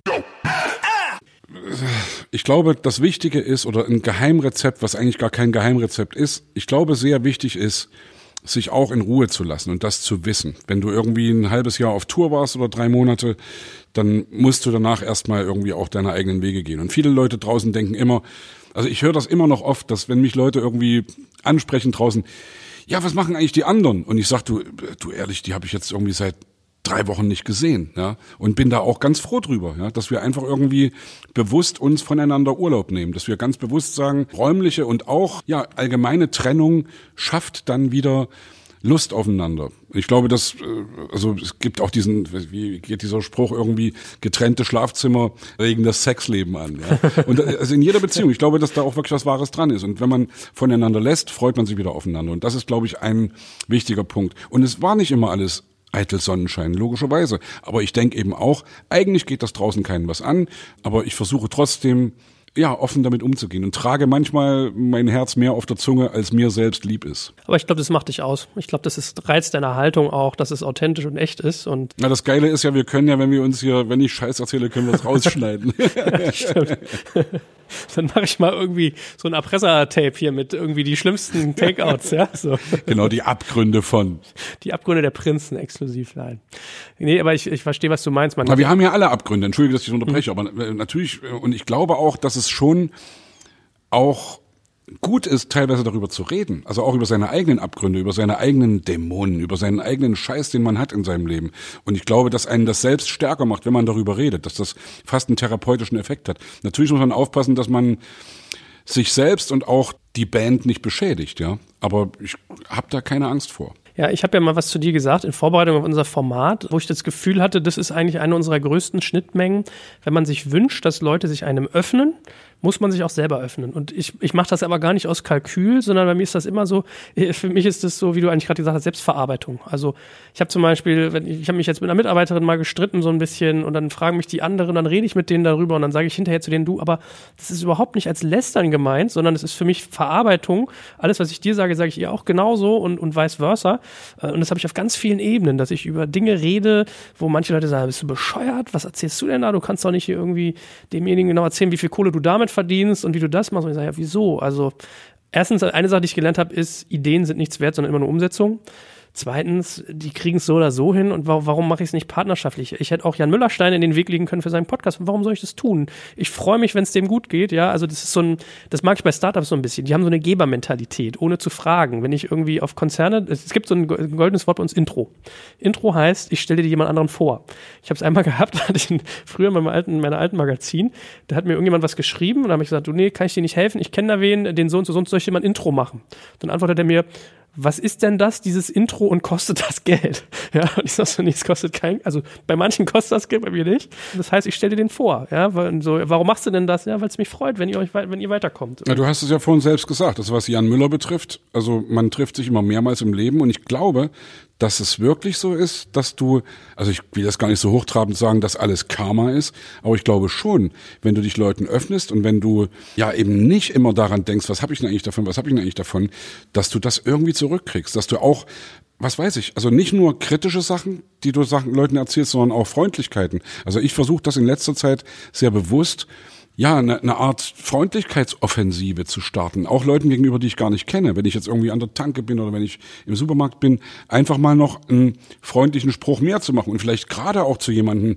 Ich glaube, das Wichtige ist, oder ein Geheimrezept, was eigentlich gar kein Geheimrezept ist, ich glaube, sehr wichtig ist, sich auch in Ruhe zu lassen und das zu wissen. Wenn du irgendwie ein halbes Jahr auf Tour warst oder 3 Monate, dann musst du danach erstmal irgendwie auch deine eigenen Wege gehen. Und viele Leute draußen denken immer, also ich höre das immer noch oft, dass wenn mich Leute irgendwie ansprechen draußen, ja, was machen eigentlich die anderen? Und ich sag, du ehrlich, die habe ich jetzt irgendwie seit 3 Wochen nicht gesehen, ja, und bin da auch ganz froh drüber, ja, dass wir einfach irgendwie bewusst uns voneinander Urlaub nehmen, dass wir ganz bewusst sagen, räumliche und auch allgemeine Trennung schafft dann wieder Lust aufeinander. Ich glaube, dass also es gibt auch diesen, wie geht dieser Spruch irgendwie, getrennte Schlafzimmer regen das Sexleben an. Ja? Und also in jeder Beziehung, ich glaube, dass da auch wirklich was Wahres dran ist. Und wenn man voneinander lässt, freut man sich wieder aufeinander. Und das ist, glaube ich, ein wichtiger Punkt. Und es war nicht immer alles eitel Sonnenschein, logischerweise. Aber ich denke eben auch, eigentlich geht das draußen keinem was an, aber ich versuche trotzdem, offen damit umzugehen und trage manchmal mein Herz mehr auf der Zunge, als mir selbst lieb ist. Aber ich glaube, das macht dich aus. Ich glaube, das ist Reiz deiner Haltung auch, dass es authentisch und echt ist. Und na, das Geile ist ja, wir können ja, wenn ich Scheiß erzähle, können wir es rausschneiden. Ja, stimmt. Dann mache ich mal irgendwie so ein Erpresser-Tape hier mit irgendwie die schlimmsten Takeouts, ja. So. Genau, die Abgründe der Prinzen exklusiv, nein. Nee, aber ich verstehe, was du meinst. Aber wir haben ja alle Abgründe, entschuldige, dass ich unterbreche, aber natürlich, und ich glaube auch, dass es schon auch gut ist, teilweise darüber zu reden. Also auch über seine eigenen Abgründe, über seine eigenen Dämonen, über seinen eigenen Scheiß, den man hat in seinem Leben. Und ich glaube, dass einen das selbst stärker macht, wenn man darüber redet, dass das fast einen therapeutischen Effekt hat. Natürlich muss man aufpassen, dass man sich selbst und auch die Band nicht beschädigt, ja. Aber ich habe da keine Angst vor. Ja, ich habe ja mal was zu dir gesagt in Vorbereitung auf unser Format, wo ich das Gefühl hatte, das ist eigentlich eine unserer größten Schnittmengen. Wenn man sich wünscht, dass Leute sich einem öffnen, muss man sich auch selber öffnen. Und ich mache das aber gar nicht aus Kalkül, sondern bei mir ist das immer so, für mich ist das so, wie du eigentlich gerade gesagt hast, Selbstverarbeitung. Also ich habe zum Beispiel, ich habe mich jetzt mit einer Mitarbeiterin mal gestritten so ein bisschen und dann fragen mich die anderen, dann rede ich mit denen darüber und dann sage ich hinterher zu denen, du, aber das ist überhaupt nicht als Lästern gemeint, sondern es ist für mich Verarbeitung. Alles, was ich dir sage, sage ich ihr auch genauso und vice versa. Und das habe ich auf ganz vielen Ebenen, dass ich über Dinge rede, wo manche Leute sagen, bist du bescheuert? Was erzählst du denn da? Du kannst doch nicht hier irgendwie demjenigen genau erzählen, wie viel Kohle du damit verdienst und wie du das machst. Und ich sage, ja, wieso? Also erstens, eine Sache, die ich gelernt habe, ist, Ideen sind nichts wert, sondern immer nur Umsetzung. Zweitens, die kriegen es so oder so hin und warum mache ich es nicht partnerschaftlich? Ich hätte auch Jan Müllerstein in den Weg legen können für seinen Podcast. Und warum soll ich das tun? Ich freue mich, wenn es dem gut geht, ja. Also das ist das mag ich bei Startups so ein bisschen. Die haben so eine Gebermentalität, ohne zu fragen. Wenn ich irgendwie auf Konzerne, es gibt so ein goldenes Wort bei uns, Intro. Intro heißt, ich stelle dir jemand anderen vor. Ich habe es einmal gehabt, hatte ich früher in meiner alten Magazin, da hat mir irgendjemand was geschrieben und da habe ich gesagt, du, nee, kann ich dir nicht helfen? Ich kenne da wen, den so und so, sonst soll ich dir mal ein Intro machen. Dann antwortet er mir, was ist denn das, dieses Intro, und kostet das Geld? Ja, und ich sag so, nee, es kostet also bei manchen kostet das Geld, bei mir nicht. Das heißt, ich stelle dir den vor, ja, warum machst du denn das? Ja, weil es mich freut, wenn ihr weiterkommt. Ja, du hast es ja vorhin selbst gesagt, also was Jan Müller betrifft, also man trifft sich immer mehrmals im Leben und ich glaube, dass es wirklich so ist, dass du, also ich will das gar nicht so hochtrabend sagen, dass alles Karma ist, aber ich glaube schon, wenn du dich Leuten öffnest und wenn du ja eben nicht immer daran denkst, was habe ich denn eigentlich davon, dass du das irgendwie zurückkriegst, dass du auch, was weiß ich, also nicht nur kritische Sachen, die du Leuten erzählst, sondern auch Freundlichkeiten. Also ich versuche das in letzter Zeit sehr bewusst, ja, eine Art Freundlichkeitsoffensive zu starten, auch Leuten gegenüber, die ich gar nicht kenne. Wenn ich jetzt irgendwie an der Tanke bin oder wenn ich im Supermarkt bin, einfach mal noch einen freundlichen Spruch mehr zu machen und vielleicht gerade auch zu jemandem,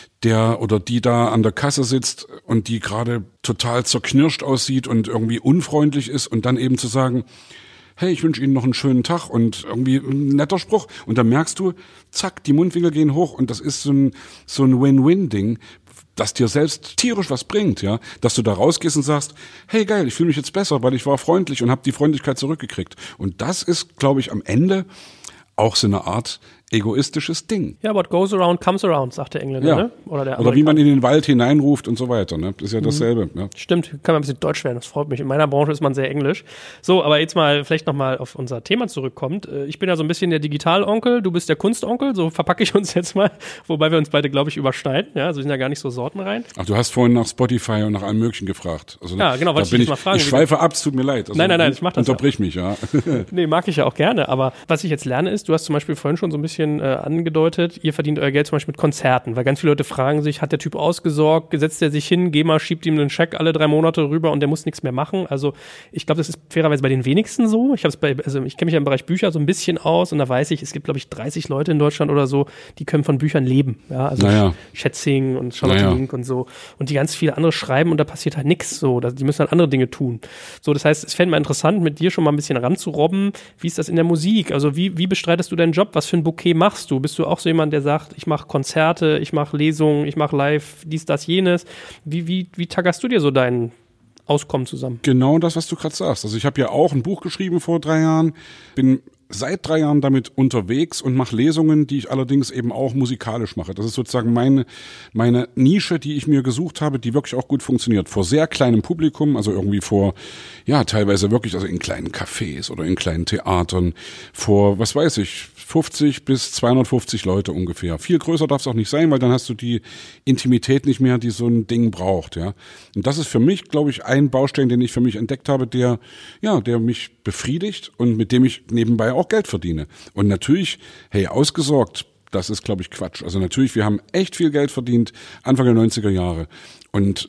der oder die da an der Kasse sitzt und die gerade total zerknirscht aussieht und irgendwie unfreundlich ist und dann eben zu sagen, hey, ich wünsche Ihnen noch einen schönen Tag und irgendwie ein netter Spruch. Und dann merkst du, zack, die Mundwinkel gehen hoch und das ist so ein Win-Win-Ding, das dir selbst tierisch was bringt, ja, dass du da rausgehst und sagst, hey geil, ich fühle mich jetzt besser, weil ich war freundlich und habe die Freundlichkeit zurückgekriegt. Und das ist, glaube ich, am Ende auch so eine Art egoistisches Ding. Ja, what goes around comes around, sagt der Engländer, ja. ne? Oder wie man in den Wald hineinruft und so weiter, ne? Das ist ja dasselbe. Ja. Stimmt, kann man ein bisschen Deutsch werden, das freut mich. In meiner Branche ist man sehr englisch. So, aber jetzt vielleicht nochmal auf unser Thema zurückkommt. Ich bin ja so ein bisschen der Digitalonkel, du bist der Kunstonkel, so verpacke ich uns jetzt mal, wobei wir uns beide, glaube ich, überschneiden. Ja, also wir sind ja gar nicht so sortenrein. Ach, du hast vorhin nach Spotify und nach allem Möglichen gefragt. Also, ja, genau, wollte ich jetzt mal fragen. Ich schweife ab, es tut mir leid. Also, nein, ich mach das unterbrich mich, ja. Nee, mag ich ja auch gerne, aber was ich jetzt lerne ist, du hast zum Beispiel vorhin schon so ein bisschen angedeutet, ihr verdient euer Geld zum Beispiel mit Konzerten, weil ganz viele Leute fragen sich, hat der Typ ausgesorgt, setzt er sich hin, GEMA schiebt ihm einen Scheck alle 3 Monate rüber und der muss nichts mehr machen. Also ich glaube, das ist fairerweise bei den wenigsten so. Ich kenne mich ja im Bereich Bücher so ein bisschen aus und da weiß ich, es gibt, glaube ich, 30 Leute in Deutschland oder so, die können von Büchern leben. Ja, also Schätzing und Charlotte Link und so. Und die ganz viele andere schreiben und da passiert halt nichts so. Die müssen halt andere Dinge tun. So, das heißt, es fände mal interessant, mit dir schon mal ein bisschen ranzurobben. Wie ist das in der Musik? Also wie bestreitest du deinen Job? Was für ein Bouquet machst du? Bist du auch so jemand, der sagt, ich mache Konzerte, ich mache Lesungen, ich mache live, dies, das, jenes. Wie taggerst du dir so dein Auskommen zusammen? Genau das, was du gerade sagst. Also ich habe ja auch ein Buch geschrieben vor 3 Jahren, bin seit 3 Jahren damit unterwegs und mache Lesungen, die ich allerdings eben auch musikalisch mache. Das ist sozusagen meine Nische, die ich mir gesucht habe, die wirklich auch gut funktioniert. Vor sehr kleinem Publikum, also irgendwie vor, ja, teilweise wirklich, also in kleinen Cafés oder in kleinen Theatern, vor, was weiß ich, 50 bis 250 Leute ungefähr. Viel größer darf es auch nicht sein, weil dann hast du die Intimität nicht mehr, die so ein Ding braucht, ja. Und das ist für mich, glaube ich, ein Baustein, den ich für mich entdeckt habe, der mich befriedigt und mit dem ich nebenbei auch Geld verdiene. Und natürlich, hey, ausgesorgt, das ist, glaube ich, Quatsch. Also natürlich, wir haben echt viel Geld verdient, Anfang der 90er Jahre. Und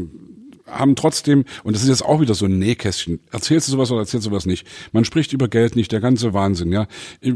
haben trotzdem, und das ist jetzt auch wieder so ein Nähkästchen, erzählst du sowas oder erzählst du sowas nicht? Man spricht über Geld nicht, der ganze Wahnsinn, ja.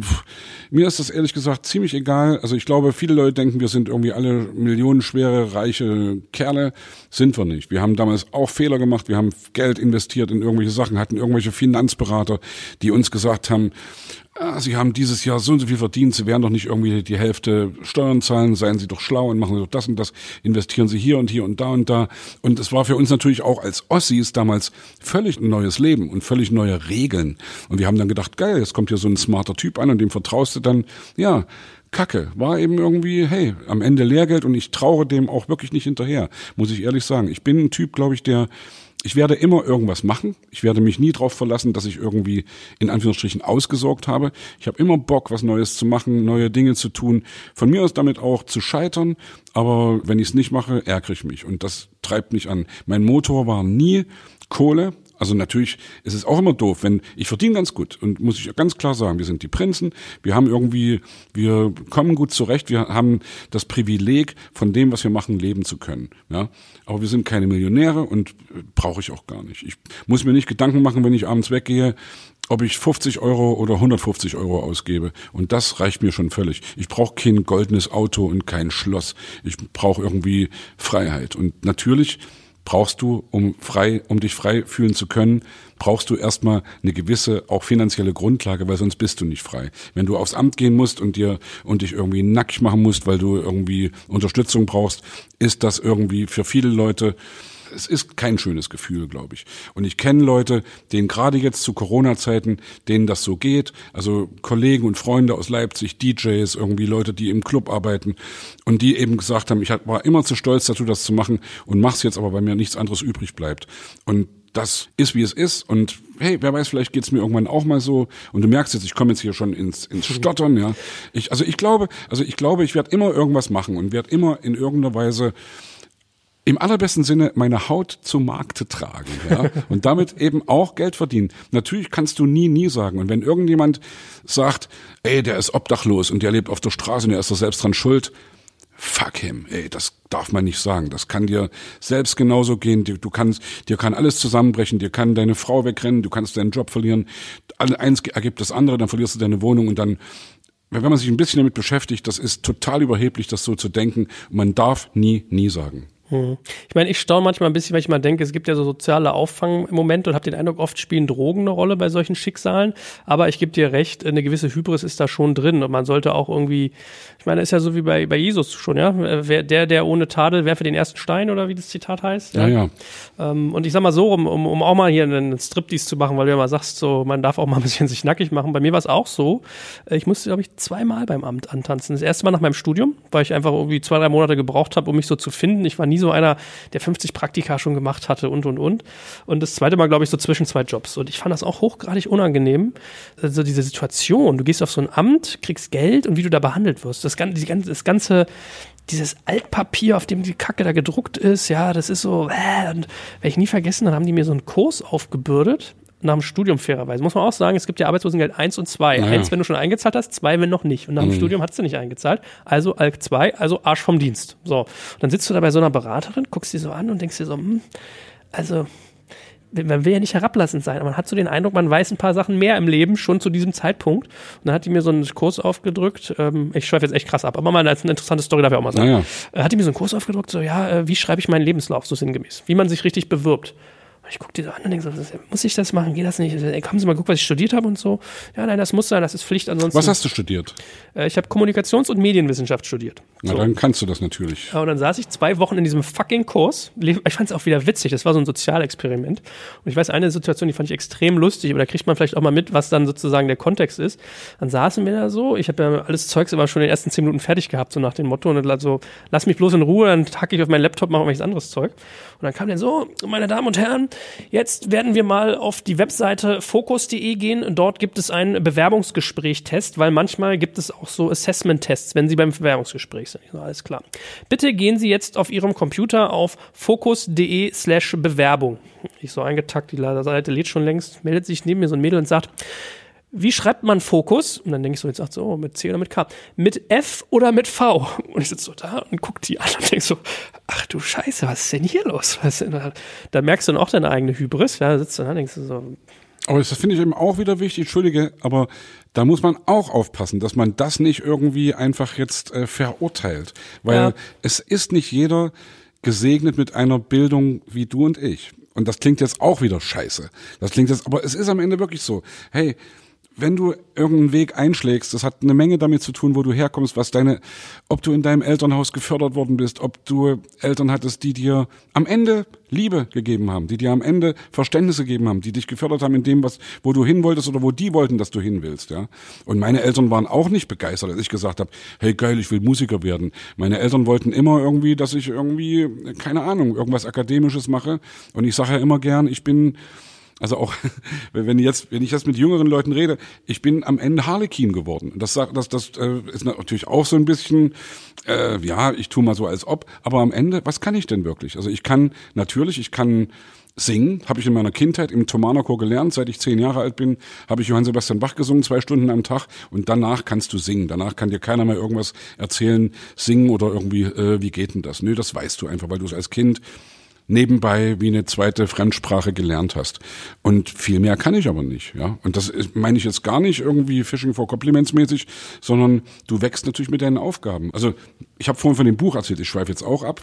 Mir ist das ehrlich gesagt ziemlich egal. Also ich glaube, viele Leute denken, wir sind irgendwie alle millionenschwere, reiche Kerle. Sind wir nicht. Wir haben damals auch Fehler gemacht, wir haben Geld investiert in irgendwelche Sachen, hatten irgendwelche Finanzberater, die uns gesagt haben, Sie haben dieses Jahr so und so viel verdient, Sie werden doch nicht irgendwie die Hälfte Steuern zahlen, seien Sie doch schlau und machen Sie doch das und das, investieren Sie hier und da und da. Und es war für uns natürlich auch als Ossis damals völlig ein neues Leben und völlig neue Regeln. Und wir haben dann gedacht, geil, jetzt kommt hier so ein smarter Typ an und dem vertraust du dann, ja, Kacke, war eben irgendwie, hey, am Ende Lehrgeld und ich traue dem auch wirklich nicht hinterher, muss ich ehrlich sagen. Ich bin ein Typ, glaube ich, ich werde immer irgendwas machen. Ich werde mich nie darauf verlassen, dass ich irgendwie in Anführungsstrichen ausgesorgt habe. Ich habe immer Bock, was Neues zu machen, neue Dinge zu tun. Von mir aus damit auch zu scheitern. Aber wenn ich es nicht mache, ärgere ich mich. Und das treibt mich an. Mein Motor war nie Kohle, Also natürlich ist es auch immer doof, wenn ich verdiene ganz gut und muss ich ganz klar sagen, wir sind die Prinzen, wir kommen gut zurecht, wir haben das Privileg, von dem, was wir machen, leben zu können. Ja, aber wir sind keine Millionäre und brauche ich auch gar nicht. Ich muss mir nicht Gedanken machen, wenn ich abends weggehe, ob ich 50 Euro oder 150 Euro ausgebe. Und das reicht mir schon völlig. Ich brauche kein goldenes Auto und kein Schloss. Ich brauche irgendwie Freiheit. Und natürlich brauchst du, um dich frei fühlen zu können, brauchst du erstmal eine gewisse auch finanzielle Grundlage, weil sonst bist du nicht frei. Wenn du aufs Amt gehen musst und dich irgendwie nackig machen musst, weil du irgendwie Unterstützung brauchst, ist das irgendwie für viele Leute, es ist kein schönes Gefühl, glaube ich. Und ich kenne Leute, denen gerade jetzt zu Corona-Zeiten, denen das so geht, also Kollegen und Freunde aus Leipzig, DJs, irgendwie Leute, die im Club arbeiten und die eben gesagt haben, ich war immer zu stolz dazu, das zu machen und mach's jetzt aber, weil mir nichts anderes übrig bleibt. Und das ist, wie es ist und hey, wer weiß, vielleicht geht's mir irgendwann auch mal so und du merkst jetzt, ich komme jetzt hier schon ins Stottern, ja. Ich glaube, ich werde immer irgendwas machen und werde immer in irgendeiner Weise im allerbesten Sinne meine Haut zu Markte tragen, ja, und damit eben auch Geld verdienen. Natürlich kannst du nie sagen. Und wenn irgendjemand sagt, ey, der ist obdachlos und der lebt auf der Straße und der ist doch selbst dran schuld, fuck him, ey, das darf man nicht sagen. Das kann dir selbst genauso gehen. Dir kann alles zusammenbrechen, dir kann deine Frau wegrennen, du kannst deinen Job verlieren. Eins ergibt das andere, dann verlierst du deine Wohnung und dann, wenn man sich ein bisschen damit beschäftigt, das ist total überheblich, das so zu denken. Und man darf nie sagen. Ich meine, ich staune manchmal ein bisschen, weil ich mal denke, es gibt ja so soziale Auffangmomente und habe den Eindruck, oft spielen Drogen eine Rolle bei solchen Schicksalen. Aber ich gebe dir recht, eine gewisse Hybris ist da schon drin und man sollte auch irgendwie, ich meine, ist ja so wie bei Jesus schon, ja, der ohne Tadel werfe den ersten Stein oder wie das Zitat heißt. Ja. Und ich sag mal so, um auch mal hier einen Striptease zu machen, weil du ja mal sagst, so, man darf auch mal ein bisschen sich nackig machen. Bei mir war es auch so, ich musste, glaube ich, 2-mal beim Amt antanzen. Das erste Mal nach meinem Studium, weil ich einfach irgendwie 2-3 Monate gebraucht habe, um mich so zu finden. Ich war nie so einer, der 50 Praktika schon gemacht hatte und. Und das zweite Mal, glaube ich, so zwischen 2 Jobs. Und ich fand das auch hochgradig unangenehm. Also diese Situation, du gehst auf so ein Amt, kriegst Geld und wie du da behandelt wirst. Dieses Altpapier, auf dem die Kacke da gedruckt ist, ja, das ist so, und werde ich nie vergessen, dann haben die mir so einen Kurs aufgebürdet. Nach dem Studium fairerweise. Muss man auch sagen, es gibt ja Arbeitslosengeld 1 und 2. 1, wenn du schon eingezahlt hast, 2, wenn noch nicht. Und nach dem Studium hast du nicht eingezahlt. Also ALK 2, also Arsch vom Dienst. So. Und dann sitzt du da bei so einer Beraterin, guckst die so an und denkst dir so, also, man will ja nicht herablassend sein, aber man hat so den Eindruck, man weiß ein paar Sachen mehr im Leben schon zu diesem Zeitpunkt. Und dann hat die mir so einen Kurs aufgedrückt, ich schweife jetzt echt krass ab, aber mal eine interessante Story darf ich auch mal sagen. Hat die mir so einen Kurs aufgedrückt, so, wie schreibe ich meinen Lebenslauf, so sinngemäß, wie man sich richtig bewirbt. Ich gucke die so an und denke so, muss ich das machen? Geht das nicht? Haben Sie mal geguckt, was ich studiert habe und so? Ja, nein, das muss sein, das ist Pflicht. Ansonsten. Was hast du studiert? Ich habe Kommunikations- und Medienwissenschaft studiert. Na, dann kannst du das natürlich. Und dann saß ich 2 Wochen in diesem fucking Kurs. Ich fand es auch wieder witzig. Das war so ein Sozialexperiment. Und ich weiß, eine Situation, die fand ich extrem lustig, aber da kriegt man vielleicht auch mal mit, was dann sozusagen der Kontext ist. Dann saßen wir da so. Ich habe ja alles Zeugs aber schon in den ersten 10 Minuten fertig gehabt, so nach dem Motto. Und dann so, lass mich bloß in Ruhe, dann hacke ich auf meinen Laptop, mache irgendwelches anderes Zeug. Und dann kam der so, meine Damen und Herren, jetzt werden wir mal auf die Webseite focus.de gehen. Dort gibt es einen Bewerbungsgespräch-Test, weil manchmal gibt es auch so Assessment-Tests, wenn Sie beim Bewerbungsgespräch sind. So, alles klar. Bitte gehen Sie jetzt auf Ihrem Computer auf focus.de/Bewerbung. Ich so eingetackt, die Seite lädt schon längst, meldet sich neben mir so ein Mädel und sagt, wie schreibt man Fokus? Und dann denke ich so, jetzt sagt so, mit C oder mit K? Mit F oder mit V? Und ich sitze so da und gucke die an und denke so, ach du Scheiße, was ist denn hier los? Da merkst du dann auch deine eigene Hybris, ja, da sitzt du da und denkst du so. Aber das finde ich eben auch wieder wichtig, entschuldige, aber da muss man auch aufpassen, dass man das nicht irgendwie einfach jetzt verurteilt. Weil es ist nicht jeder gesegnet mit einer Bildung wie du und ich. Und das klingt jetzt auch wieder scheiße. Aber es ist am Ende wirklich so. Hey, wenn du irgendeinen Weg einschlägst, das hat eine Menge damit zu tun, wo du herkommst, ob du in deinem Elternhaus gefördert worden bist, ob du Eltern hattest, die dir am Ende Liebe gegeben haben, die dir am Ende Verständnis gegeben haben, die dich gefördert haben in dem, wo du hin wolltest oder wo die wollten, dass du hin willst, ja. Und meine Eltern waren auch nicht begeistert, als ich gesagt habe, hey geil, ich will Musiker werden. Meine Eltern wollten immer irgendwie, dass ich irgendwie, keine Ahnung, irgendwas Akademisches mache. Und ich sage ja immer gern, ich bin Also auch, wenn ich jetzt mit jüngeren Leuten rede, ich bin am Ende Harlekin geworden. Das ist natürlich auch so ein bisschen, ich tue mal so als ob, aber am Ende, was kann ich denn wirklich? Also ich kann singen, habe ich in meiner Kindheit im Thomanerchor gelernt. Seit ich 10 Jahre alt bin, habe ich Johann Sebastian Bach gesungen, 2 Stunden am Tag. Und danach kannst du singen. Danach kann dir keiner mehr irgendwas erzählen, singen oder irgendwie, wie geht denn das? Nö, das weißt du einfach, weil du es als Kind nebenbei wie eine zweite Fremdsprache gelernt hast. Und viel mehr kann ich aber nicht, ja. Und das meine ich jetzt gar nicht irgendwie Fishing for Compliments mäßig, sondern du wächst natürlich mit deinen Aufgaben. Also ich habe vorhin von dem Buch erzählt, ich schweife jetzt auch ab.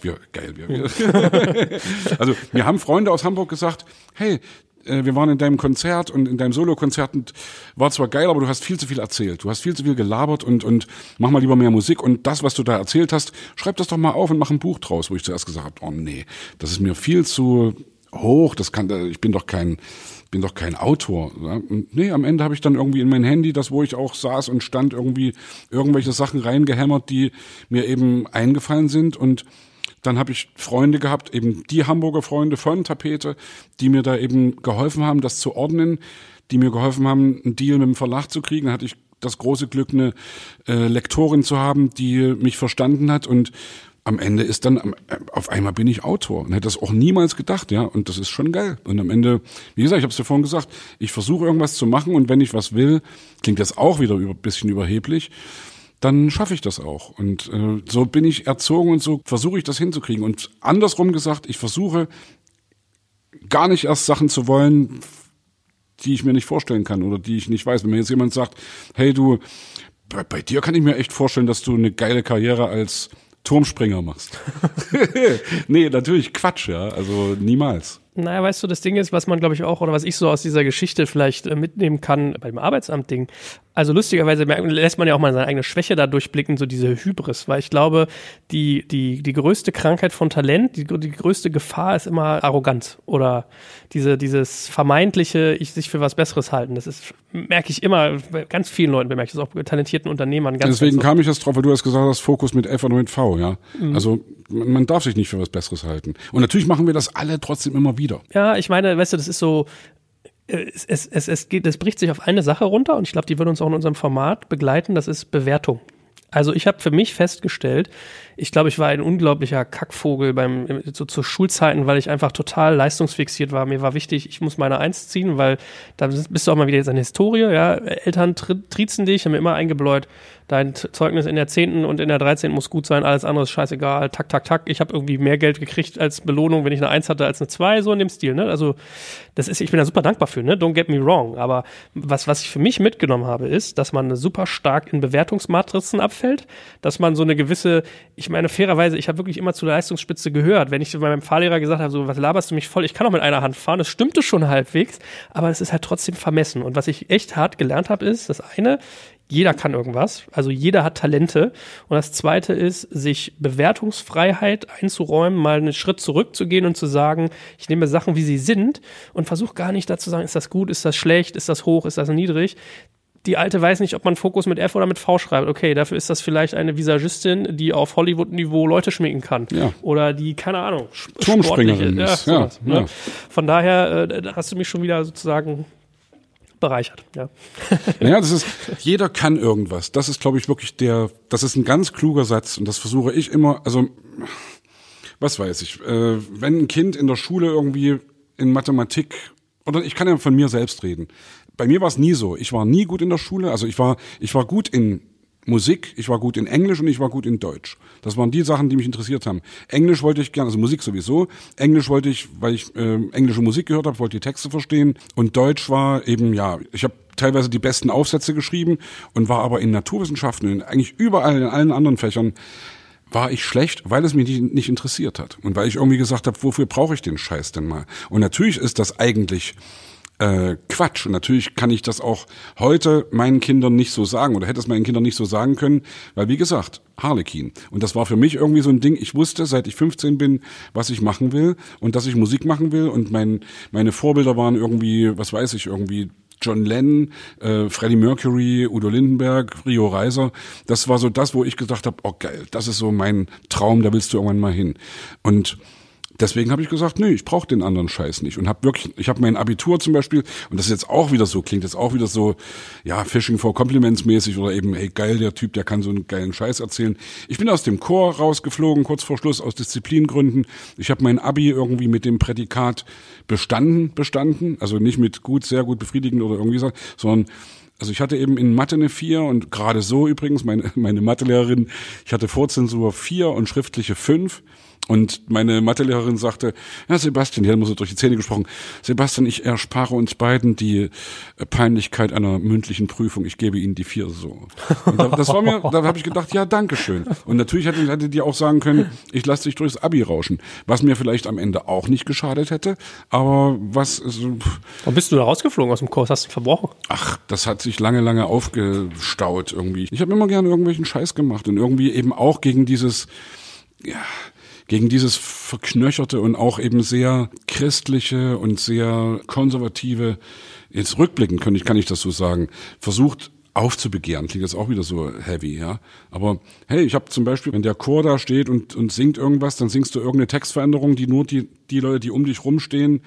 Also mir haben Freunde aus Hamburg gesagt, hey, wir waren in deinem Konzert und in deinem Solokonzert und war zwar geil, aber du hast viel zu viel erzählt. Du hast viel zu viel gelabert und mach mal lieber mehr Musik. Und das, was du da erzählt hast, schreib das doch mal auf und mach ein Buch draus. Wo ich zuerst gesagt habe, oh nee, das ist mir viel zu hoch. Ich bin doch kein Autor. Ja? Und nee, am Ende habe ich dann irgendwie in mein Handy, das wo ich auch saß und stand, irgendwie irgendwelche Sachen reingehämmert, die mir eben eingefallen sind. Und dann habe ich Freunde gehabt, eben die Hamburger Freunde von Tapete, die mir da eben geholfen haben, das zu ordnen, die mir geholfen haben, einen Deal mit dem Verlag zu kriegen. Dann hatte ich das große Glück, eine Lektorin zu haben, die mich verstanden hat. Und am Ende ist dann, auf einmal bin ich Autor. Und hätte das auch niemals gedacht, ja. Und das ist schon geil. Und am Ende, wie gesagt, ich habe es dir vorhin gesagt, ich versuche irgendwas zu machen. Und wenn ich was will, klingt das auch wieder ein bisschen überheblich, dann schaffe ich das auch. Und so bin ich erzogen und so versuche ich das hinzukriegen. Und andersrum gesagt, ich versuche gar nicht erst Sachen zu wollen, die ich mir nicht vorstellen kann oder die ich nicht weiß. Wenn mir jetzt jemand sagt, hey du, bei dir kann ich mir echt vorstellen, dass du eine geile Karriere als Turmspringer machst. Nee, natürlich Quatsch, ja. Also niemals. Naja, weißt du, das Ding ist, was man, glaube ich, auch, oder was ich so aus dieser Geschichte vielleicht mitnehmen kann bei dem Arbeitsamt-Ding. Also lustigerweise lässt man ja auch mal seine eigene Schwäche da durchblicken, so diese Hybris, weil ich glaube, die größte Krankheit von Talent, die größte Gefahr ist immer Arroganz oder dieses vermeintliche, sich für was Besseres halten. Das ist, merke ich immer, bei ganz vielen Leuten bemerke ich das auch bei talentierten Unternehmern. Deswegen kam ich jetzt drauf, weil du hast gesagt hast, Fokus mit F und mit V, ja. Mhm. Also man darf sich nicht für was Besseres halten. Und natürlich machen wir das alle trotzdem immer wieder. Ja, ich meine, weißt du, das ist so, es bricht sich auf eine Sache runter und ich glaube, die wird uns auch in unserem Format begleiten, das ist Bewertung. Also ich habe für mich festgestellt, ich glaube, ich war ein unglaublicher Kackvogel zu Schulzeiten, weil ich einfach total leistungsfixiert war. Mir war wichtig, ich muss meine 1 ziehen, weil da bist du auch mal wieder jetzt eine Historie, ja. Eltern triezen dich, haben mir immer eingebläut, dein Zeugnis in der 10. und in der 13. muss gut sein, alles andere ist scheißegal, tak, tak, tak. Ich habe irgendwie mehr Geld gekriegt als Belohnung, wenn ich eine 1 hatte, als eine 2, so in dem Stil, ne? Also ich bin da super dankbar für, ne? Don't get me wrong. Aber was ich für mich mitgenommen habe, ist, dass man super stark in Bewertungsmatrizen abfällt, dass man so eine gewisse, ich meine, fairerweise, ich habe wirklich immer zu der Leistungsspitze gehört. Wenn ich bei meinem Fahrlehrer gesagt habe, so, was laberst du mich voll? Ich kann auch mit einer Hand fahren, das stimmte schon halbwegs, aber es ist halt trotzdem vermessen. Und was ich echt hart gelernt habe, ist, das eine, jeder kann irgendwas, also jeder hat Talente. Und das Zweite ist, sich Bewertungsfreiheit einzuräumen, mal einen Schritt zurückzugehen und zu sagen, ich nehme Sachen, wie sie sind und versuche gar nicht dazu zu sagen, ist das gut, ist das schlecht, ist das hoch, ist das niedrig. Die Alte weiß nicht, ob man Fokus mit F oder mit V schreibt. Okay, dafür ist das vielleicht eine Visagistin, die auf Hollywood-Niveau Leute schminken kann. Ja. Oder die, keine Ahnung, Turmspringerin ist. Ja, sowas, ne? Von daher hast du mich schon wieder sozusagen bereichert. Ja. Naja, jeder kann irgendwas. Das ist, glaube ich, wirklich das ist ein ganz kluger Satz und das versuche ich immer, also, was weiß ich, wenn ein Kind in der Schule irgendwie in Mathematik, oder ich kann ja von mir selbst reden. Bei mir war es nie so. Ich war nie gut in der Schule. Also ich war gut in Musik, ich war gut in Englisch und ich war gut in Deutsch. Das waren die Sachen, die mich interessiert haben. Englisch wollte ich gerne, also Musik sowieso. Englisch wollte ich, weil ich englische Musik gehört habe, wollte die Texte verstehen. Und Deutsch war eben, ja, ich habe teilweise die besten Aufsätze geschrieben und war aber in Naturwissenschaften, eigentlich überall in allen anderen Fächern, war ich schlecht, weil es mich nicht interessiert hat. Und weil ich irgendwie gesagt habe, wofür brauche ich den Scheiß denn mal? Und natürlich ist das eigentlich Quatsch. Und natürlich kann ich das auch heute meinen Kindern nicht so sagen oder hätte es meinen Kindern nicht so sagen können, weil wie gesagt, Harlekin. Und das war für mich irgendwie so ein Ding, ich wusste, seit ich 15 bin, was ich machen will und dass ich Musik machen will und meine Vorbilder waren irgendwie, was weiß ich, irgendwie John Lennon, Freddie Mercury, Udo Lindenberg, Rio Reiser. Das war so das, wo ich gesagt habe, oh geil, das ist so mein Traum, da willst du irgendwann mal hin. Und deswegen habe ich gesagt, nee, ich brauche den anderen Scheiß nicht. Und ich habe mein Abitur zum Beispiel, und das ist jetzt auch wieder so, klingt jetzt auch wieder so, ja, Fishing for Compliments mäßig oder eben, hey, geil, der Typ, der kann so einen geilen Scheiß erzählen. Ich bin aus dem Chor rausgeflogen, kurz vor Schluss, aus Disziplingründen. Ich habe mein Abi irgendwie mit dem Prädikat bestanden, also nicht mit gut, sehr gut, befriedigend oder irgendwie so, sondern also ich hatte eben in Mathe eine 4 und gerade so übrigens, meine Mathelehrerin, ich hatte Vorzensur 4 und schriftliche 5. Und meine Mathelehrerin sagte, ja Sebastian, die hat immer so durch die Zähne gesprochen, Sebastian, ich erspare uns beiden die Peinlichkeit einer mündlichen Prüfung, ich gebe Ihnen die 4 so. Und das war mir, da habe ich gedacht, ja, dankeschön. Und natürlich hätte die auch sagen können, ich lasse dich durchs Abi rauschen, was mir vielleicht am Ende auch nicht geschadet hätte, aber was... Warum bist du da rausgeflogen aus dem Kurs? Hast du verbrochen? Ach, das hat sich lange aufgestaut irgendwie. Ich habe immer gerne irgendwelchen Scheiß gemacht und irgendwie eben auch gegen dieses verknöcherte und auch eben sehr christliche und sehr konservative, jetzt rückblickend kann ich das so sagen, versucht aufzubegehren. Klingt jetzt auch wieder so heavy, ja. Aber hey, ich habe zum Beispiel, wenn der Chor da steht und singt irgendwas, dann singst du irgendeine Textveränderung, die nur die Leute, die um dich rumstehen,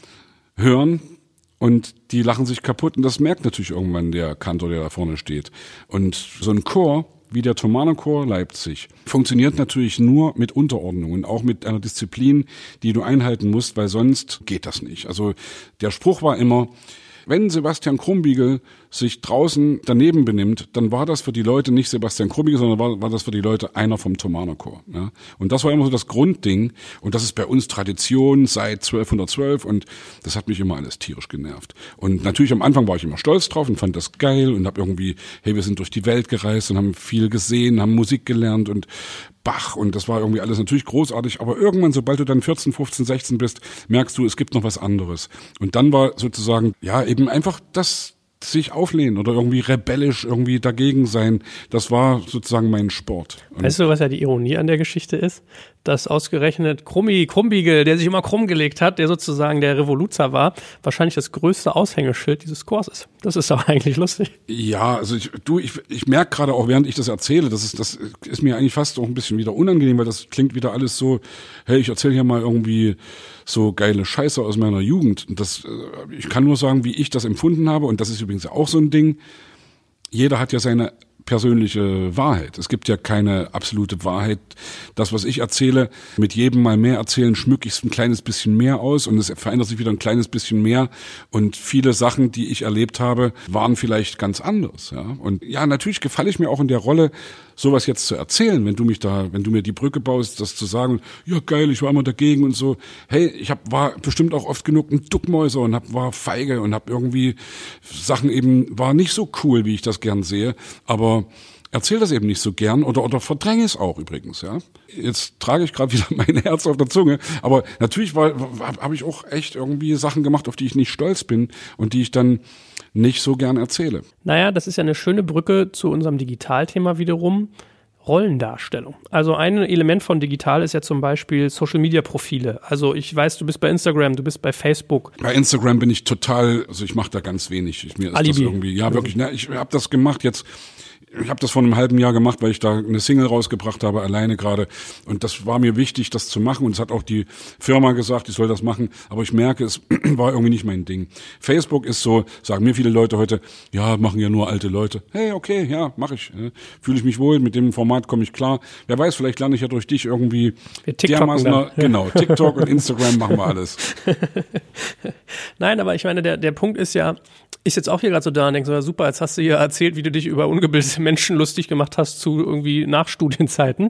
hören. Und die lachen sich kaputt und das merkt natürlich irgendwann der Kantor, der da vorne steht. Und so ein Chor wie der Thomaner Chor Leipzig funktioniert natürlich nur mit Unterordnung und auch mit einer Disziplin, die du einhalten musst, weil sonst geht das nicht. Also der Spruch war immer, wenn Sebastian Krumbiegel sich draußen daneben benimmt, dann war das für die Leute nicht Sebastian Krumbiegel, sondern war das für die Leute einer vom Thomaner Chor. Ja? Und das war immer so das Grundding. Und das ist bei uns Tradition seit 1212 und das hat mich immer alles tierisch genervt. Und natürlich am Anfang war ich immer stolz drauf und fand das geil und habe irgendwie, hey, wir sind durch die Welt gereist und haben viel gesehen, haben Musik gelernt und Bach und das war irgendwie alles natürlich großartig, aber irgendwann, sobald du dann 14, 15, 16 bist, merkst du, es gibt noch was anderes. Und dann war sozusagen, ja, eben einfach das sich auflehnen oder irgendwie rebellisch irgendwie dagegen sein, das war sozusagen mein Sport. Weißt du, was ja die Ironie an der Geschichte ist? Dass ausgerechnet Krumbiegel, der sich immer krumm gelegt hat, der sozusagen der Revoluzer war, wahrscheinlich das größte Aushängeschild dieses Chors ist. Das ist doch eigentlich lustig. Ja, also ich merke gerade auch, während ich das erzähle, das ist mir eigentlich fast auch ein bisschen wieder unangenehm, weil das klingt wieder alles so, hey, ich erzähle hier mal irgendwie so geile Scheiße aus meiner Jugend. Und ich kann nur sagen, wie ich das empfunden habe, und das ist übrigens auch so ein Ding, jeder hat ja seine persönliche Wahrheit. Es gibt ja keine absolute Wahrheit. Das, was ich erzähle, mit jedem Mal mehr erzählen, schmücke ich es ein kleines bisschen mehr aus und es verändert sich wieder ein kleines bisschen mehr. Und viele Sachen, die ich erlebt habe, waren vielleicht ganz anders. Ja? Und ja, natürlich gefalle ich mir auch in der Rolle, sowas jetzt zu erzählen, wenn du mir die Brücke baust, das zu sagen, ja geil, ich war immer dagegen und so. Hey, war bestimmt auch oft genug ein Duckmäuser und war feige und habe irgendwie Sachen eben, war nicht so cool, wie ich das gern sehe, aber erzähl das eben nicht so gern oder verdränge es auch übrigens, ja. Jetzt trage ich gerade wieder mein Herz auf der Zunge, aber natürlich habe ich auch echt irgendwie Sachen gemacht, auf die ich nicht stolz bin und die ich dann nicht so gern erzähle. Naja, das ist ja eine schöne Brücke zu unserem Digitalthema wiederum. Rollendarstellung. Also ein Element von digital ist ja zum Beispiel Social-Media-Profile. Also ich weiß, du bist bei Instagram, du bist bei Facebook. Bei Instagram bin ich total, also ich mache da ganz wenig. Mir ist Alibi. Das irgendwie, ja wirklich, ich habe das gemacht jetzt. Ich habe das vor einem halben Jahr gemacht, weil ich da eine Single rausgebracht habe, alleine gerade. Und das war mir wichtig, das zu machen. Und es hat auch die Firma gesagt, ich soll das machen. Aber ich merke, es war irgendwie nicht mein Ding. Facebook ist so, sagen mir viele Leute heute, ja, machen ja nur alte Leute. Hey, okay, ja, mache ich. Fühle ich mich wohl, mit dem Format komme ich klar. Wer weiß, vielleicht lerne ich ja durch dich irgendwie dermaßen. Genau, TikTok und Instagram machen wir alles. Nein, aber ich meine, der Punkt ist ja, ich sitze auch hier gerade so da und denke so, ja, super, jetzt hast du hier erzählt, wie du dich über ungebildete Menschen lustig gemacht hast zu irgendwie Nachstudienzeiten.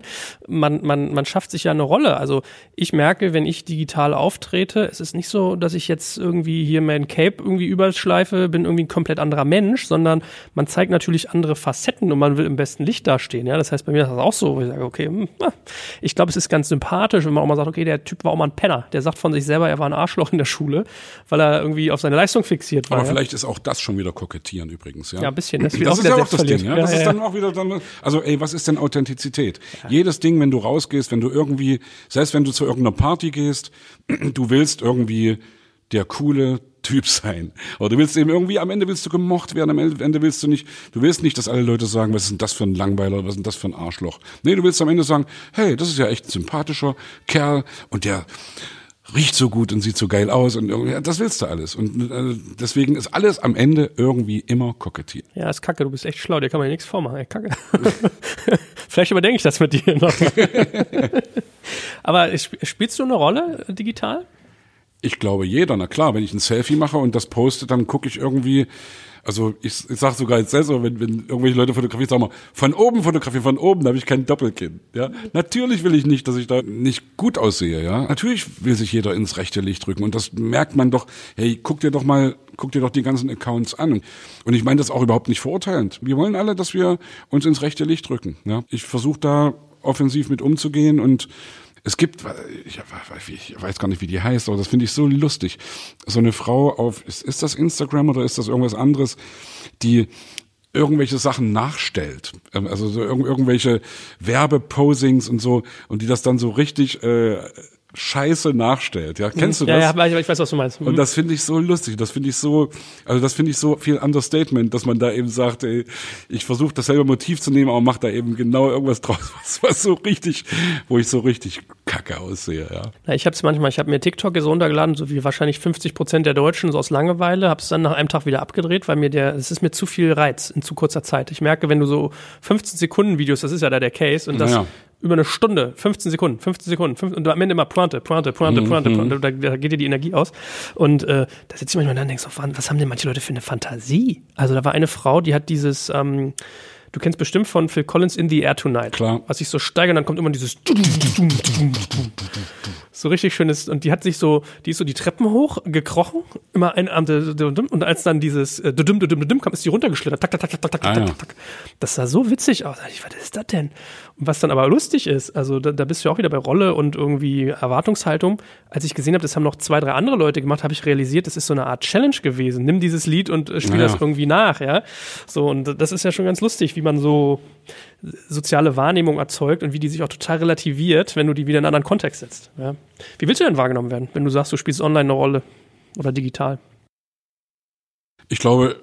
Man schafft sich ja eine Rolle. Also ich merke, wenn ich digital auftrete, es ist nicht so, dass ich jetzt irgendwie hier mein Cape irgendwie überschleife, bin irgendwie ein komplett anderer Mensch, sondern man zeigt natürlich andere Facetten und man will im besten Licht dastehen. Ja, das heißt, bei mir ist das auch so, wo ich sage, okay, ich glaube, es ist ganz sympathisch, wenn man auch mal sagt, okay, der Typ war auch mal ein Penner. Der sagt von sich selber, er war ein Arschloch in der Schule, weil er irgendwie auf seine Leistung fixiert war. Aber vielleicht ist auch das schon wieder Kokettieren übrigens. Ja, ja ein bisschen. Das ist ja auch das Ding. Ja? Das ist dann auch wieder also ey, was ist denn Authentizität? Ja. Jedes Ding, wenn du rausgehst, wenn du irgendwie, selbst wenn du zu irgendeiner Party gehst, du willst irgendwie der Coole, Typ sein. Oder du willst eben irgendwie, am Ende willst du gemocht werden, am Ende willst du willst nicht, dass alle Leute sagen, was ist denn das für ein Langweiler, was ist denn das für ein Arschloch. Nee, du willst am Ende sagen, hey, das ist ja echt ein sympathischer Kerl und der riecht so gut und sieht so geil aus und irgendwie, das willst du alles. Und deswegen ist alles am Ende irgendwie immer kokettiert. Ja, ist kacke, du bist echt schlau, dir kann man ja nichts vormachen. Ey, kacke. Vielleicht überdenke ich das mit dir noch. Aber spielst du eine Rolle digital? Ich glaube jeder, na klar, wenn ich ein Selfie mache und das poste, dann gucke ich irgendwie, also ich sag sogar jetzt selbst, wenn irgendwelche Leute fotografieren, sag mal, von oben fotografieren, von oben, da habe ich kein Doppelkinn. Ja, natürlich will ich nicht, dass ich da nicht gut aussehe. Ja, natürlich will sich jeder ins rechte Licht rücken und das merkt man doch. Hey, guck dir doch die ganzen Accounts an. Und ich meine das auch überhaupt nicht verurteilend. Wir wollen alle, dass wir uns ins rechte Licht rücken. Ja, ich versuche da offensiv mit umzugehen und es gibt, ich weiß gar nicht, wie die heißt, aber das finde ich so lustig. So eine Frau auf, ist das Instagram oder ist das irgendwas anderes, die irgendwelche Sachen nachstellt. Also so irgendwelche Werbeposings und so und die das dann so richtig Scheiße nachstellt. Ja, kennst du das? Ja, ich weiß, was du meinst. Und das finde ich so lustig. Das finde ich so viel Understatement, dass man da eben sagt, ey, ich versuche dasselbe Motiv zu nehmen, aber mache da eben genau irgendwas draus, was so richtig, wo ich so richtig kacke aussehe, ja. Na, ich habe mir TikTok so runtergeladen, so wie wahrscheinlich 50% der Deutschen, so aus Langeweile, habe es dann nach einem Tag wieder abgedreht, weil es ist mir zu viel Reiz in zu kurzer Zeit. Ich merke, wenn du so 15 Sekunden Videos, das ist ja da der Case, und das über eine Stunde, 15 Sekunden, und am Ende immer Pointe, da geht dir die Energie aus. Und da sitze ich manchmal da und denkst, was haben denn manche Leute für eine Fantasie? Also da war eine Frau, die hat dieses, du kennst bestimmt von Phil Collins In the Air Tonight. Klar. Was sich so steigert und dann kommt immer dieses so richtig schönes, und die ist so die Treppen hoch gekrochen, immer ein Arm, und als dann dieses kam, ist die runtergeschlittert, tak. Das sah so witzig aus. Was ist das denn? Und was dann aber lustig ist, also da bist du ja auch wieder bei Rolle und irgendwie Erwartungshaltung. Als ich gesehen habe, das haben noch 2, 3 andere Leute gemacht, habe ich realisiert, das ist so eine Art Challenge gewesen. Nimm dieses Lied und spiel das irgendwie nach, ja. So, und das ist ja schon ganz lustig, wie man so soziale Wahrnehmung erzeugt und wie die sich auch total relativiert, wenn du die wieder in einen anderen Kontext setzt. Ja. Wie willst du denn wahrgenommen werden, wenn du sagst, du spielst online eine Rolle oder digital? Ich glaube,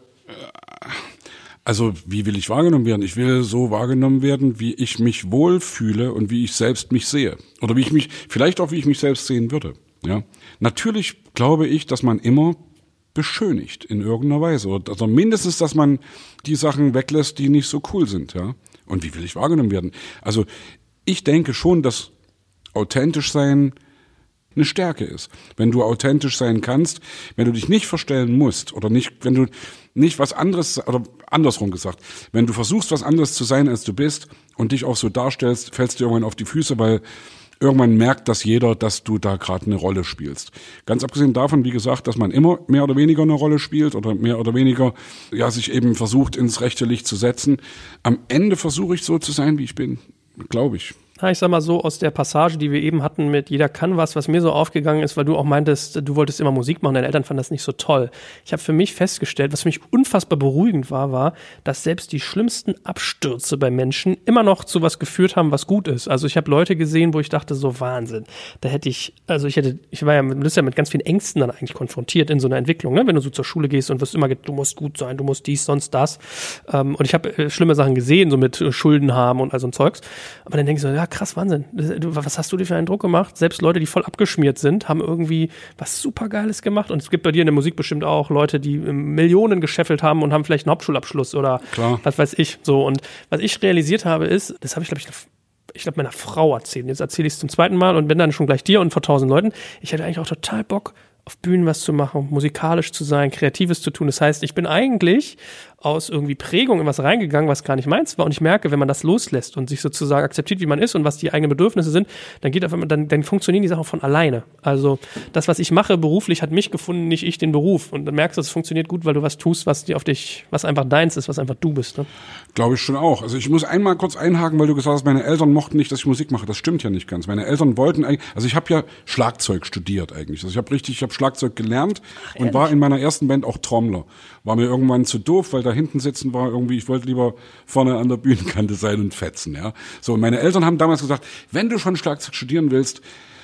also wie will ich wahrgenommen werden? Ich will so wahrgenommen werden, wie ich mich wohlfühle und wie ich selbst mich sehe. Oder wie ich mich selbst sehen würde. Ja. Natürlich glaube ich, dass man immer beschönigt in irgendeiner Weise. Also mindestens, dass man die Sachen weglässt, die nicht so cool sind. Ja. Und wie will ich wahrgenommen werden? Also ich denke schon, dass authentisch sein eine Stärke ist. Wenn du authentisch sein kannst, wenn du dich nicht verstellen musst oder nicht, wenn du nicht was anderes, oder andersrum gesagt, wenn du versuchst, was anderes zu sein, als du bist und dich auch so darstellst, fällst du irgendwann auf die Füße, weil irgendwann merkt das jeder, dass du da gerade eine Rolle spielst. Ganz abgesehen davon, wie gesagt, dass man immer mehr oder weniger eine Rolle spielt oder mehr oder weniger sich eben versucht, ins rechte Licht zu setzen. Am Ende versuche ich so zu sein, wie ich bin, glaube ich. Ja, ich sag mal so, aus der Passage, die wir eben hatten mit Jeder kann was mir so aufgegangen ist, weil du auch meintest, du wolltest immer Musik machen, deine Eltern fanden das nicht so toll. Ich habe für mich festgestellt, was für mich unfassbar beruhigend war, dass selbst die schlimmsten Abstürze bei Menschen immer noch zu was geführt haben, was gut ist. Also ich habe Leute gesehen, wo ich dachte, so Wahnsinn. Ich war ja mit ganz vielen Ängsten dann eigentlich konfrontiert in so einer Entwicklung, ne? Wenn du so zur Schule gehst und wirst immer, du musst gut sein, du musst dies, sonst das. Und ich habe schlimme Sachen gesehen, so mit Schulden haben und all so ein Zeugs. Aber dann denke ich so, ja, krass, Wahnsinn. Was hast du dir für einen Druck gemacht? Selbst Leute, die voll abgeschmiert sind, haben irgendwie was super Geiles gemacht. Und es gibt bei dir in der Musik bestimmt auch Leute, die Millionen gescheffelt haben und haben vielleicht einen Hauptschulabschluss oder was weiß ich. So. Und was ich realisiert habe ist, das habe ich glaube, meiner Frau erzählt. Jetzt erzähle ich es zum 2. Mal und bin dann schon gleich dir und vor 1000 Leuten. Ich hatte eigentlich auch total Bock, auf Bühnen was zu machen, musikalisch zu sein, Kreatives zu tun. Das heißt, ich bin eigentlich aus irgendwie Prägung in was reingegangen, was gar nicht meins war. Und ich merke, wenn man das loslässt und sich sozusagen akzeptiert, wie man ist und was die eigenen Bedürfnisse sind, dann geht auf einmal, dann funktionieren die Sachen von alleine. Also das, was ich mache beruflich, hat mich gefunden, nicht ich den Beruf. Und dann merkst du, es funktioniert gut, weil du was tust, was einfach deins ist, was einfach du bist. Ne? Glaube ich schon auch. Also ich muss einmal kurz einhaken, weil du gesagt hast, meine Eltern mochten nicht, dass ich Musik mache. Das stimmt ja nicht ganz. Meine Eltern wollten eigentlich, also ich habe ja Schlagzeug studiert eigentlich. Also ich habe Schlagzeug gelernt und war in meiner ersten Band auch Trommler. War mir irgendwann zu doof, weil da hinten sitzen war irgendwie, ich wollte lieber vorne an der Bühnenkante sein und fetzen, ja. So, und meine Eltern haben damals gesagt, wenn du schon Schlagzeug studieren willst,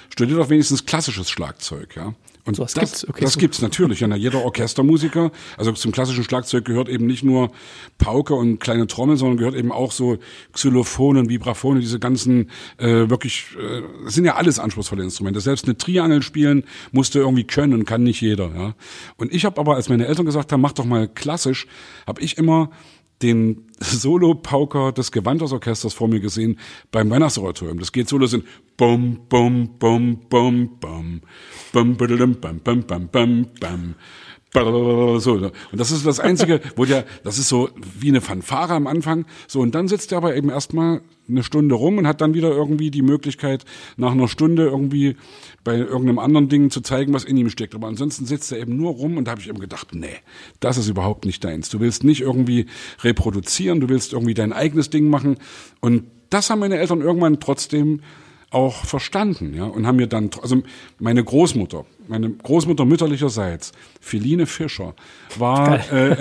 studier doch wenigstens klassisches Schlagzeug, ja. Und so, das gibt's natürlich. Ja, jeder Orchestermusiker, also zum klassischen Schlagzeug gehört eben nicht nur Pauke und kleine Trommel, sondern gehört eben auch so Xylophone und Vibraphone, diese ganzen das sind ja alles anspruchsvolle Instrumente. Selbst eine Triangel spielen musst du irgendwie können und kann nicht jeder. Ja. Und ich habe aber, als meine Eltern gesagt haben, mach doch mal klassisch, habe ich immer den Solo-Pauker des Gewandhausorchesters vor mir gesehen beim Weihnachtsoratorium. Das geht so, das sind bum, bum, bum, bum, bum, bum, bum, bum, bum, bum, bum, bum. So, und das ist das Einzige, das ist so wie eine Fanfare am Anfang. So, und dann sitzt er aber eben erstmal eine Stunde rum und hat dann wieder irgendwie die Möglichkeit, nach einer Stunde irgendwie bei irgendeinem anderen Ding zu zeigen, was in ihm steckt. Aber ansonsten sitzt er eben nur rum und da habe ich eben gedacht, nee, das ist überhaupt nicht deins. Du willst nicht irgendwie reproduzieren, du willst irgendwie dein eigenes Ding machen. Und das haben meine Eltern irgendwann trotzdem auch verstanden, ja, und haben mir dann, also meine Großmutter mütterlicherseits, Philine Fischer, war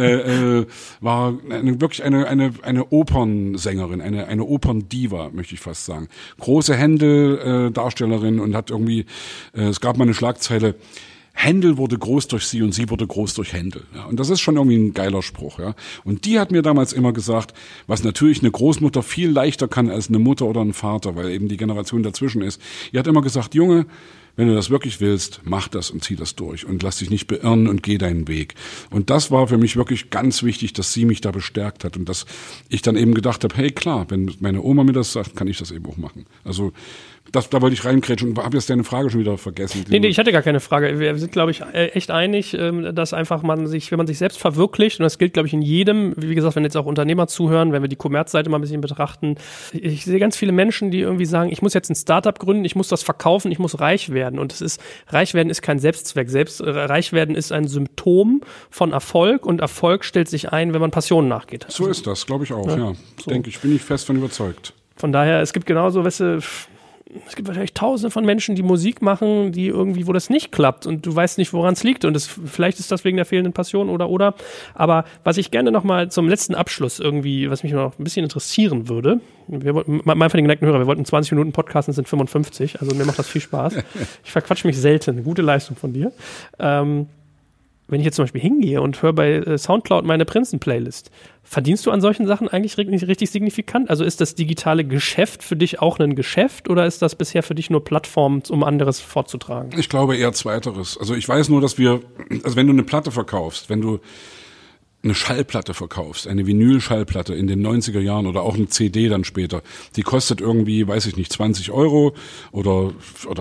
wirklich eine Opernsängerin, eine Operndiva, möchte ich fast sagen. Große Händel-Darstellerin und hat irgendwie, es gab mal eine Schlagzeile, Händel wurde groß durch sie und sie wurde groß durch Händel. Ja, und das ist schon irgendwie ein geiler Spruch. Ja. Und die hat mir damals immer gesagt, was natürlich eine Großmutter viel leichter kann als eine Mutter oder ein Vater, weil eben die Generation dazwischen ist. Die hat immer gesagt, Junge, wenn du das wirklich willst, mach das und zieh das durch und lass dich nicht beirren und geh deinen Weg. Und das war für mich wirklich ganz wichtig, dass sie mich da bestärkt hat und dass ich dann eben gedacht habe, hey klar, wenn meine Oma mir das sagt, kann ich das eben auch machen. Also da wollte ich reinkrätschen und habe jetzt deine Frage schon wieder vergessen. Nee, ich hatte gar keine Frage. Wir sind, glaube ich, echt einig, dass einfach wenn man sich selbst verwirklicht, und das gilt, glaube ich, in jedem, wie gesagt, wenn jetzt auch Unternehmer zuhören, wenn wir die Kommerzseite mal ein bisschen betrachten, ich sehe ganz viele Menschen, die irgendwie sagen, ich muss jetzt ein Startup gründen, ich muss das verkaufen, ich muss reich werden. Und reich werden ist kein Selbstzweck. Reich werden ist ein Symptom von Erfolg und Erfolg stellt sich ein, wenn man Passionen nachgeht. So ist das, glaube ich auch, ja. So. Denke ich, bin ich fest von überzeugt. Von daher, es gibt genauso, es gibt wahrscheinlich Tausende von Menschen, die Musik machen, die irgendwie, wo das nicht klappt und du weißt nicht, woran es liegt und vielleicht ist das wegen der fehlenden Passion oder. Aber was ich gerne nochmal zum letzten Abschluss irgendwie, was mich noch ein bisschen interessieren würde, mein für den geneigten Hörer, wir wollten 20 Minuten podcasten, es sind 55, also mir macht das viel Spaß. Ich verquatsche mich selten, gute Leistung von dir. Wenn ich jetzt zum Beispiel hingehe und höre bei Soundcloud meine Prinzen-Playlist, verdienst du an solchen Sachen eigentlich richtig signifikant? Also ist das digitale Geschäft für dich auch ein Geschäft oder ist das bisher für dich nur Plattform, um anderes vorzutragen? Ich glaube eher Zweiteres. Also ich weiß nur, dass wenn du eine Platte verkaufst, wenn du eine Schallplatte verkaufst, eine Vinyl-Schallplatte in den 90er Jahren oder auch eine CD dann später, die kostet irgendwie, weiß ich nicht, 20 Euro oder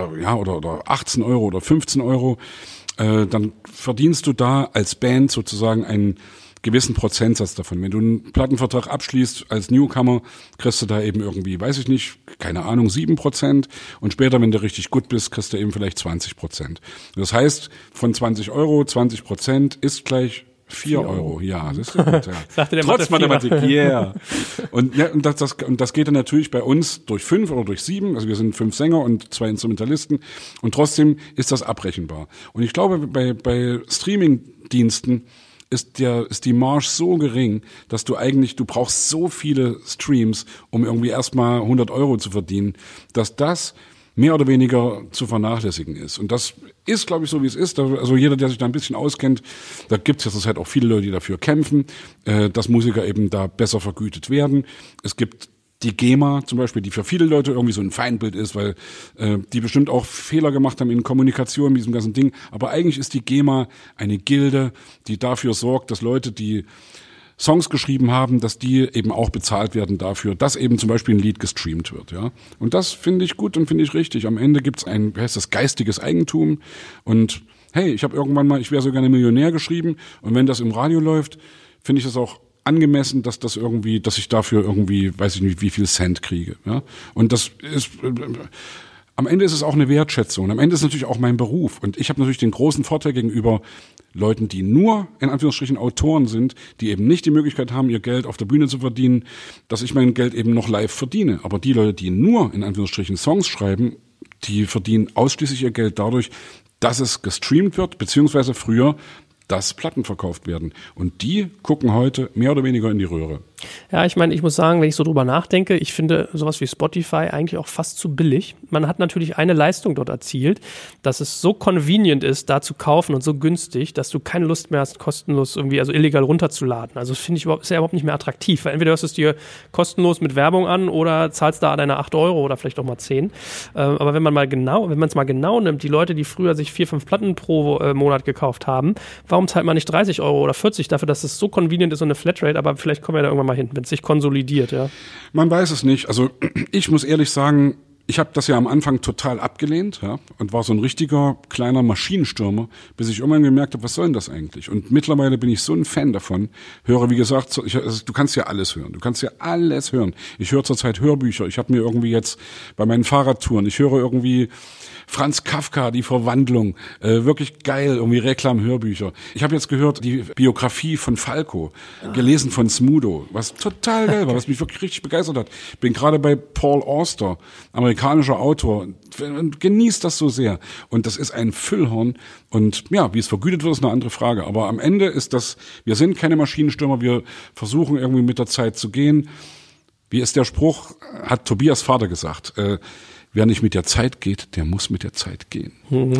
18 Euro oder 15 Euro, dann verdienst du da als Band sozusagen einen gewissen Prozentsatz davon. Wenn du einen Plattenvertrag abschließt als Newcomer, kriegst du da eben irgendwie, weiß ich nicht, keine Ahnung, 7% und später, wenn du richtig gut bist, kriegst du eben vielleicht 20%. Das heißt, von 20 Euro, 20% ist gleich 4 Euro. Ja, das ist gut, ja. Sagte der Trotz Mathematik, yeah. Und das geht dann natürlich bei uns durch 5 oder durch 7, also wir sind 5 Sänger und 2 Instrumentalisten und trotzdem ist das abrechenbar. Und ich glaube, bei Streaming-Diensten ist die Marge so gering, dass du brauchst so viele Streams, um irgendwie erstmal 100 Euro zu verdienen, dass das mehr oder weniger zu vernachlässigen ist. Und das ist, glaube ich, so wie es ist. Also jeder, der sich da ein bisschen auskennt, da gibt es jetzt halt auch viele Leute, die dafür kämpfen, dass Musiker eben da besser vergütet werden. Es gibt die GEMA zum Beispiel, die für viele Leute irgendwie so ein Feindbild ist, weil die bestimmt auch Fehler gemacht haben in Kommunikation mit diesem ganzen Ding. Aber eigentlich ist die GEMA eine Gilde, die dafür sorgt, dass Leute, die Songs geschrieben haben, dass die eben auch bezahlt werden dafür, dass eben zum Beispiel ein Lied gestreamt wird, ja. Und das finde ich gut und finde ich richtig. Am Ende gibt's geistiges Eigentum und hey, ich habe irgendwann mal, ich wäre so gerne Millionär geschrieben und wenn das im Radio läuft, finde ich das auch angemessen, dass ich dafür irgendwie, weiß ich nicht, wie viel Cent kriege, ja. Und das ist, am Ende ist es auch eine Wertschätzung. Am Ende ist es natürlich auch mein Beruf. Und ich habe natürlich den großen Vorteil gegenüber Leuten, die nur, in Anführungsstrichen, Autoren sind, die eben nicht die Möglichkeit haben, ihr Geld auf der Bühne zu verdienen, dass ich mein Geld eben noch live verdiene. Aber die Leute, die nur, in Anführungsstrichen, Songs schreiben, die verdienen ausschließlich ihr Geld dadurch, dass es gestreamt wird, beziehungsweise früher, dass Platten verkauft werden. Und die gucken heute mehr oder weniger in die Röhre. Ja, ich meine, ich muss sagen, wenn ich so drüber nachdenke, ich finde sowas wie Spotify eigentlich auch fast zu billig. Man hat natürlich eine Leistung dort erzielt, dass es so convenient ist, da zu kaufen und so günstig, dass du keine Lust mehr hast, kostenlos irgendwie, also illegal runterzuladen. Also das finde ich ist ja überhaupt nicht mehr attraktiv, weil entweder hörst du es dir kostenlos mit Werbung an oder zahlst da deine 8 Euro oder vielleicht auch mal 10. Aber wenn man es mal genau nimmt, die Leute, die früher sich 4, 5 Platten pro Monat gekauft haben, warum zahlt man nicht 30 Euro oder 40 dafür, dass es so convenient ist und eine Flatrate, aber vielleicht kommen wir da irgendwann mal hin, wenn es sich konsolidiert, ja. Man weiß es nicht. Also ich muss ehrlich sagen, ich habe das ja am Anfang total abgelehnt, ja, und war so ein richtiger kleiner Maschinenstürmer, bis ich irgendwann gemerkt habe, was soll denn das eigentlich? Und mittlerweile bin ich so ein Fan davon, höre, wie gesagt, du kannst ja alles hören. Du kannst ja alles hören. Ich höre zurzeit Hörbücher. Ich habe mir irgendwie jetzt bei meinen Fahrradtouren, ich höre irgendwie Franz Kafka, die Verwandlung, wirklich geil, irgendwie Reklam-Hörbücher. Ich habe jetzt gehört, die Biografie von Falco, gelesen von Smudo, was total geil war, was mich wirklich richtig begeistert hat. Bin gerade bei Paul Auster, amerikanischer Autor, genießt das so sehr. Und das ist ein Füllhorn. Und ja, wie es vergütet wird, ist eine andere Frage. Aber am Ende ist das, wir sind keine Maschinenstürmer, wir versuchen irgendwie mit der Zeit zu gehen. Wie ist der Spruch, hat Tobias Vater gesagt, wer nicht mit der Zeit geht, der muss mit der Zeit gehen.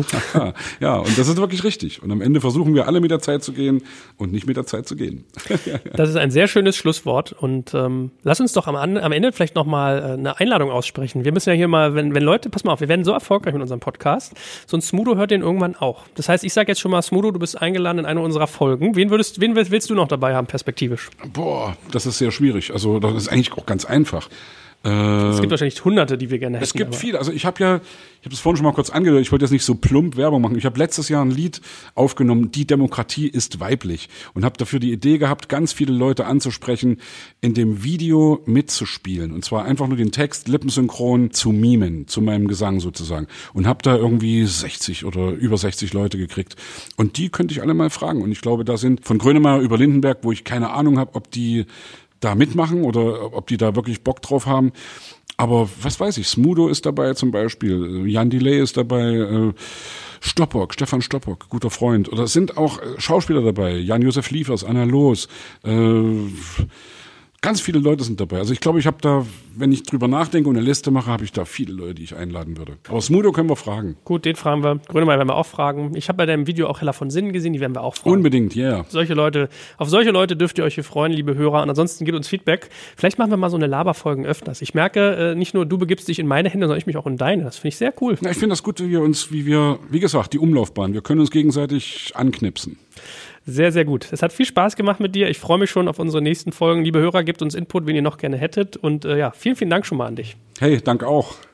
Ja, und das ist wirklich richtig. Und am Ende versuchen wir alle mit der Zeit zu gehen und nicht mit der Zeit zu gehen. Das ist ein sehr schönes Schlusswort. Und lass uns doch am Ende vielleicht nochmal eine Einladung aussprechen. Wir müssen ja hier mal, wenn Leute, pass mal auf, wir werden so erfolgreich mit unserem Podcast, so ein Smudo hört den irgendwann auch. Das heißt, ich sage jetzt schon mal, Smudo, du bist eingeladen in eine unserer Folgen. Wen willst du noch dabei haben, perspektivisch? Boah, das ist sehr schwierig. Also das ist eigentlich auch ganz einfach. Es gibt wahrscheinlich Hunderte, die wir gerne hätten. Es gibt viele. Also ich habe das vorhin schon mal kurz angedeutet, ich wollte jetzt nicht so plump Werbung machen. Ich habe letztes Jahr ein Lied aufgenommen, Die Demokratie ist weiblich. Und habe dafür die Idee gehabt, ganz viele Leute anzusprechen, in dem Video mitzuspielen. Und zwar einfach nur den Text lippensynchron zu mimen, zu meinem Gesang sozusagen. Und habe da irgendwie 60 oder über 60 Leute gekriegt. Und die könnte ich alle mal fragen. Und ich glaube, da sind von Grönemeyer über Lindenberg, wo ich keine Ahnung habe, ob die da mitmachen oder ob die da wirklich Bock drauf haben. Aber was weiß ich, Smudo ist dabei zum Beispiel, Jan Delay ist dabei, Stefan Stoppock, guter Freund. Oder es sind auch Schauspieler dabei, Jan-Josef Liefers, Anna Loos, ganz viele Leute sind dabei. Also ich glaube, ich habe da, wenn ich drüber nachdenke und eine Liste mache, habe ich da viele Leute, die ich einladen würde. Aber Smudo können wir fragen. Gut, den fragen wir. Grönemeyer werden wir auch fragen. Ich habe bei deinem Video auch Heller von Sinnen gesehen, die werden wir auch fragen. Unbedingt, ja. Yeah. Auf solche Leute dürft ihr euch hier freuen, liebe Hörer. Und ansonsten gebt uns Feedback. Vielleicht machen wir mal so eine Laberfolgen öfters. Ich merke, nicht nur du begibst dich in meine Hände, sondern ich mich auch in deine. Das finde ich sehr cool. Ja, ich finde das gut, wie gesagt, die Umlaufbahn. Wir können uns gegenseitig anknipsen. Sehr, sehr gut. Es hat viel Spaß gemacht mit dir. Ich freue mich schon auf unsere nächsten Folgen. Liebe Hörer, gebt uns Input, wen ihr noch gerne hättet. Und ja, vielen, vielen Dank schon mal an dich. Hey, danke auch.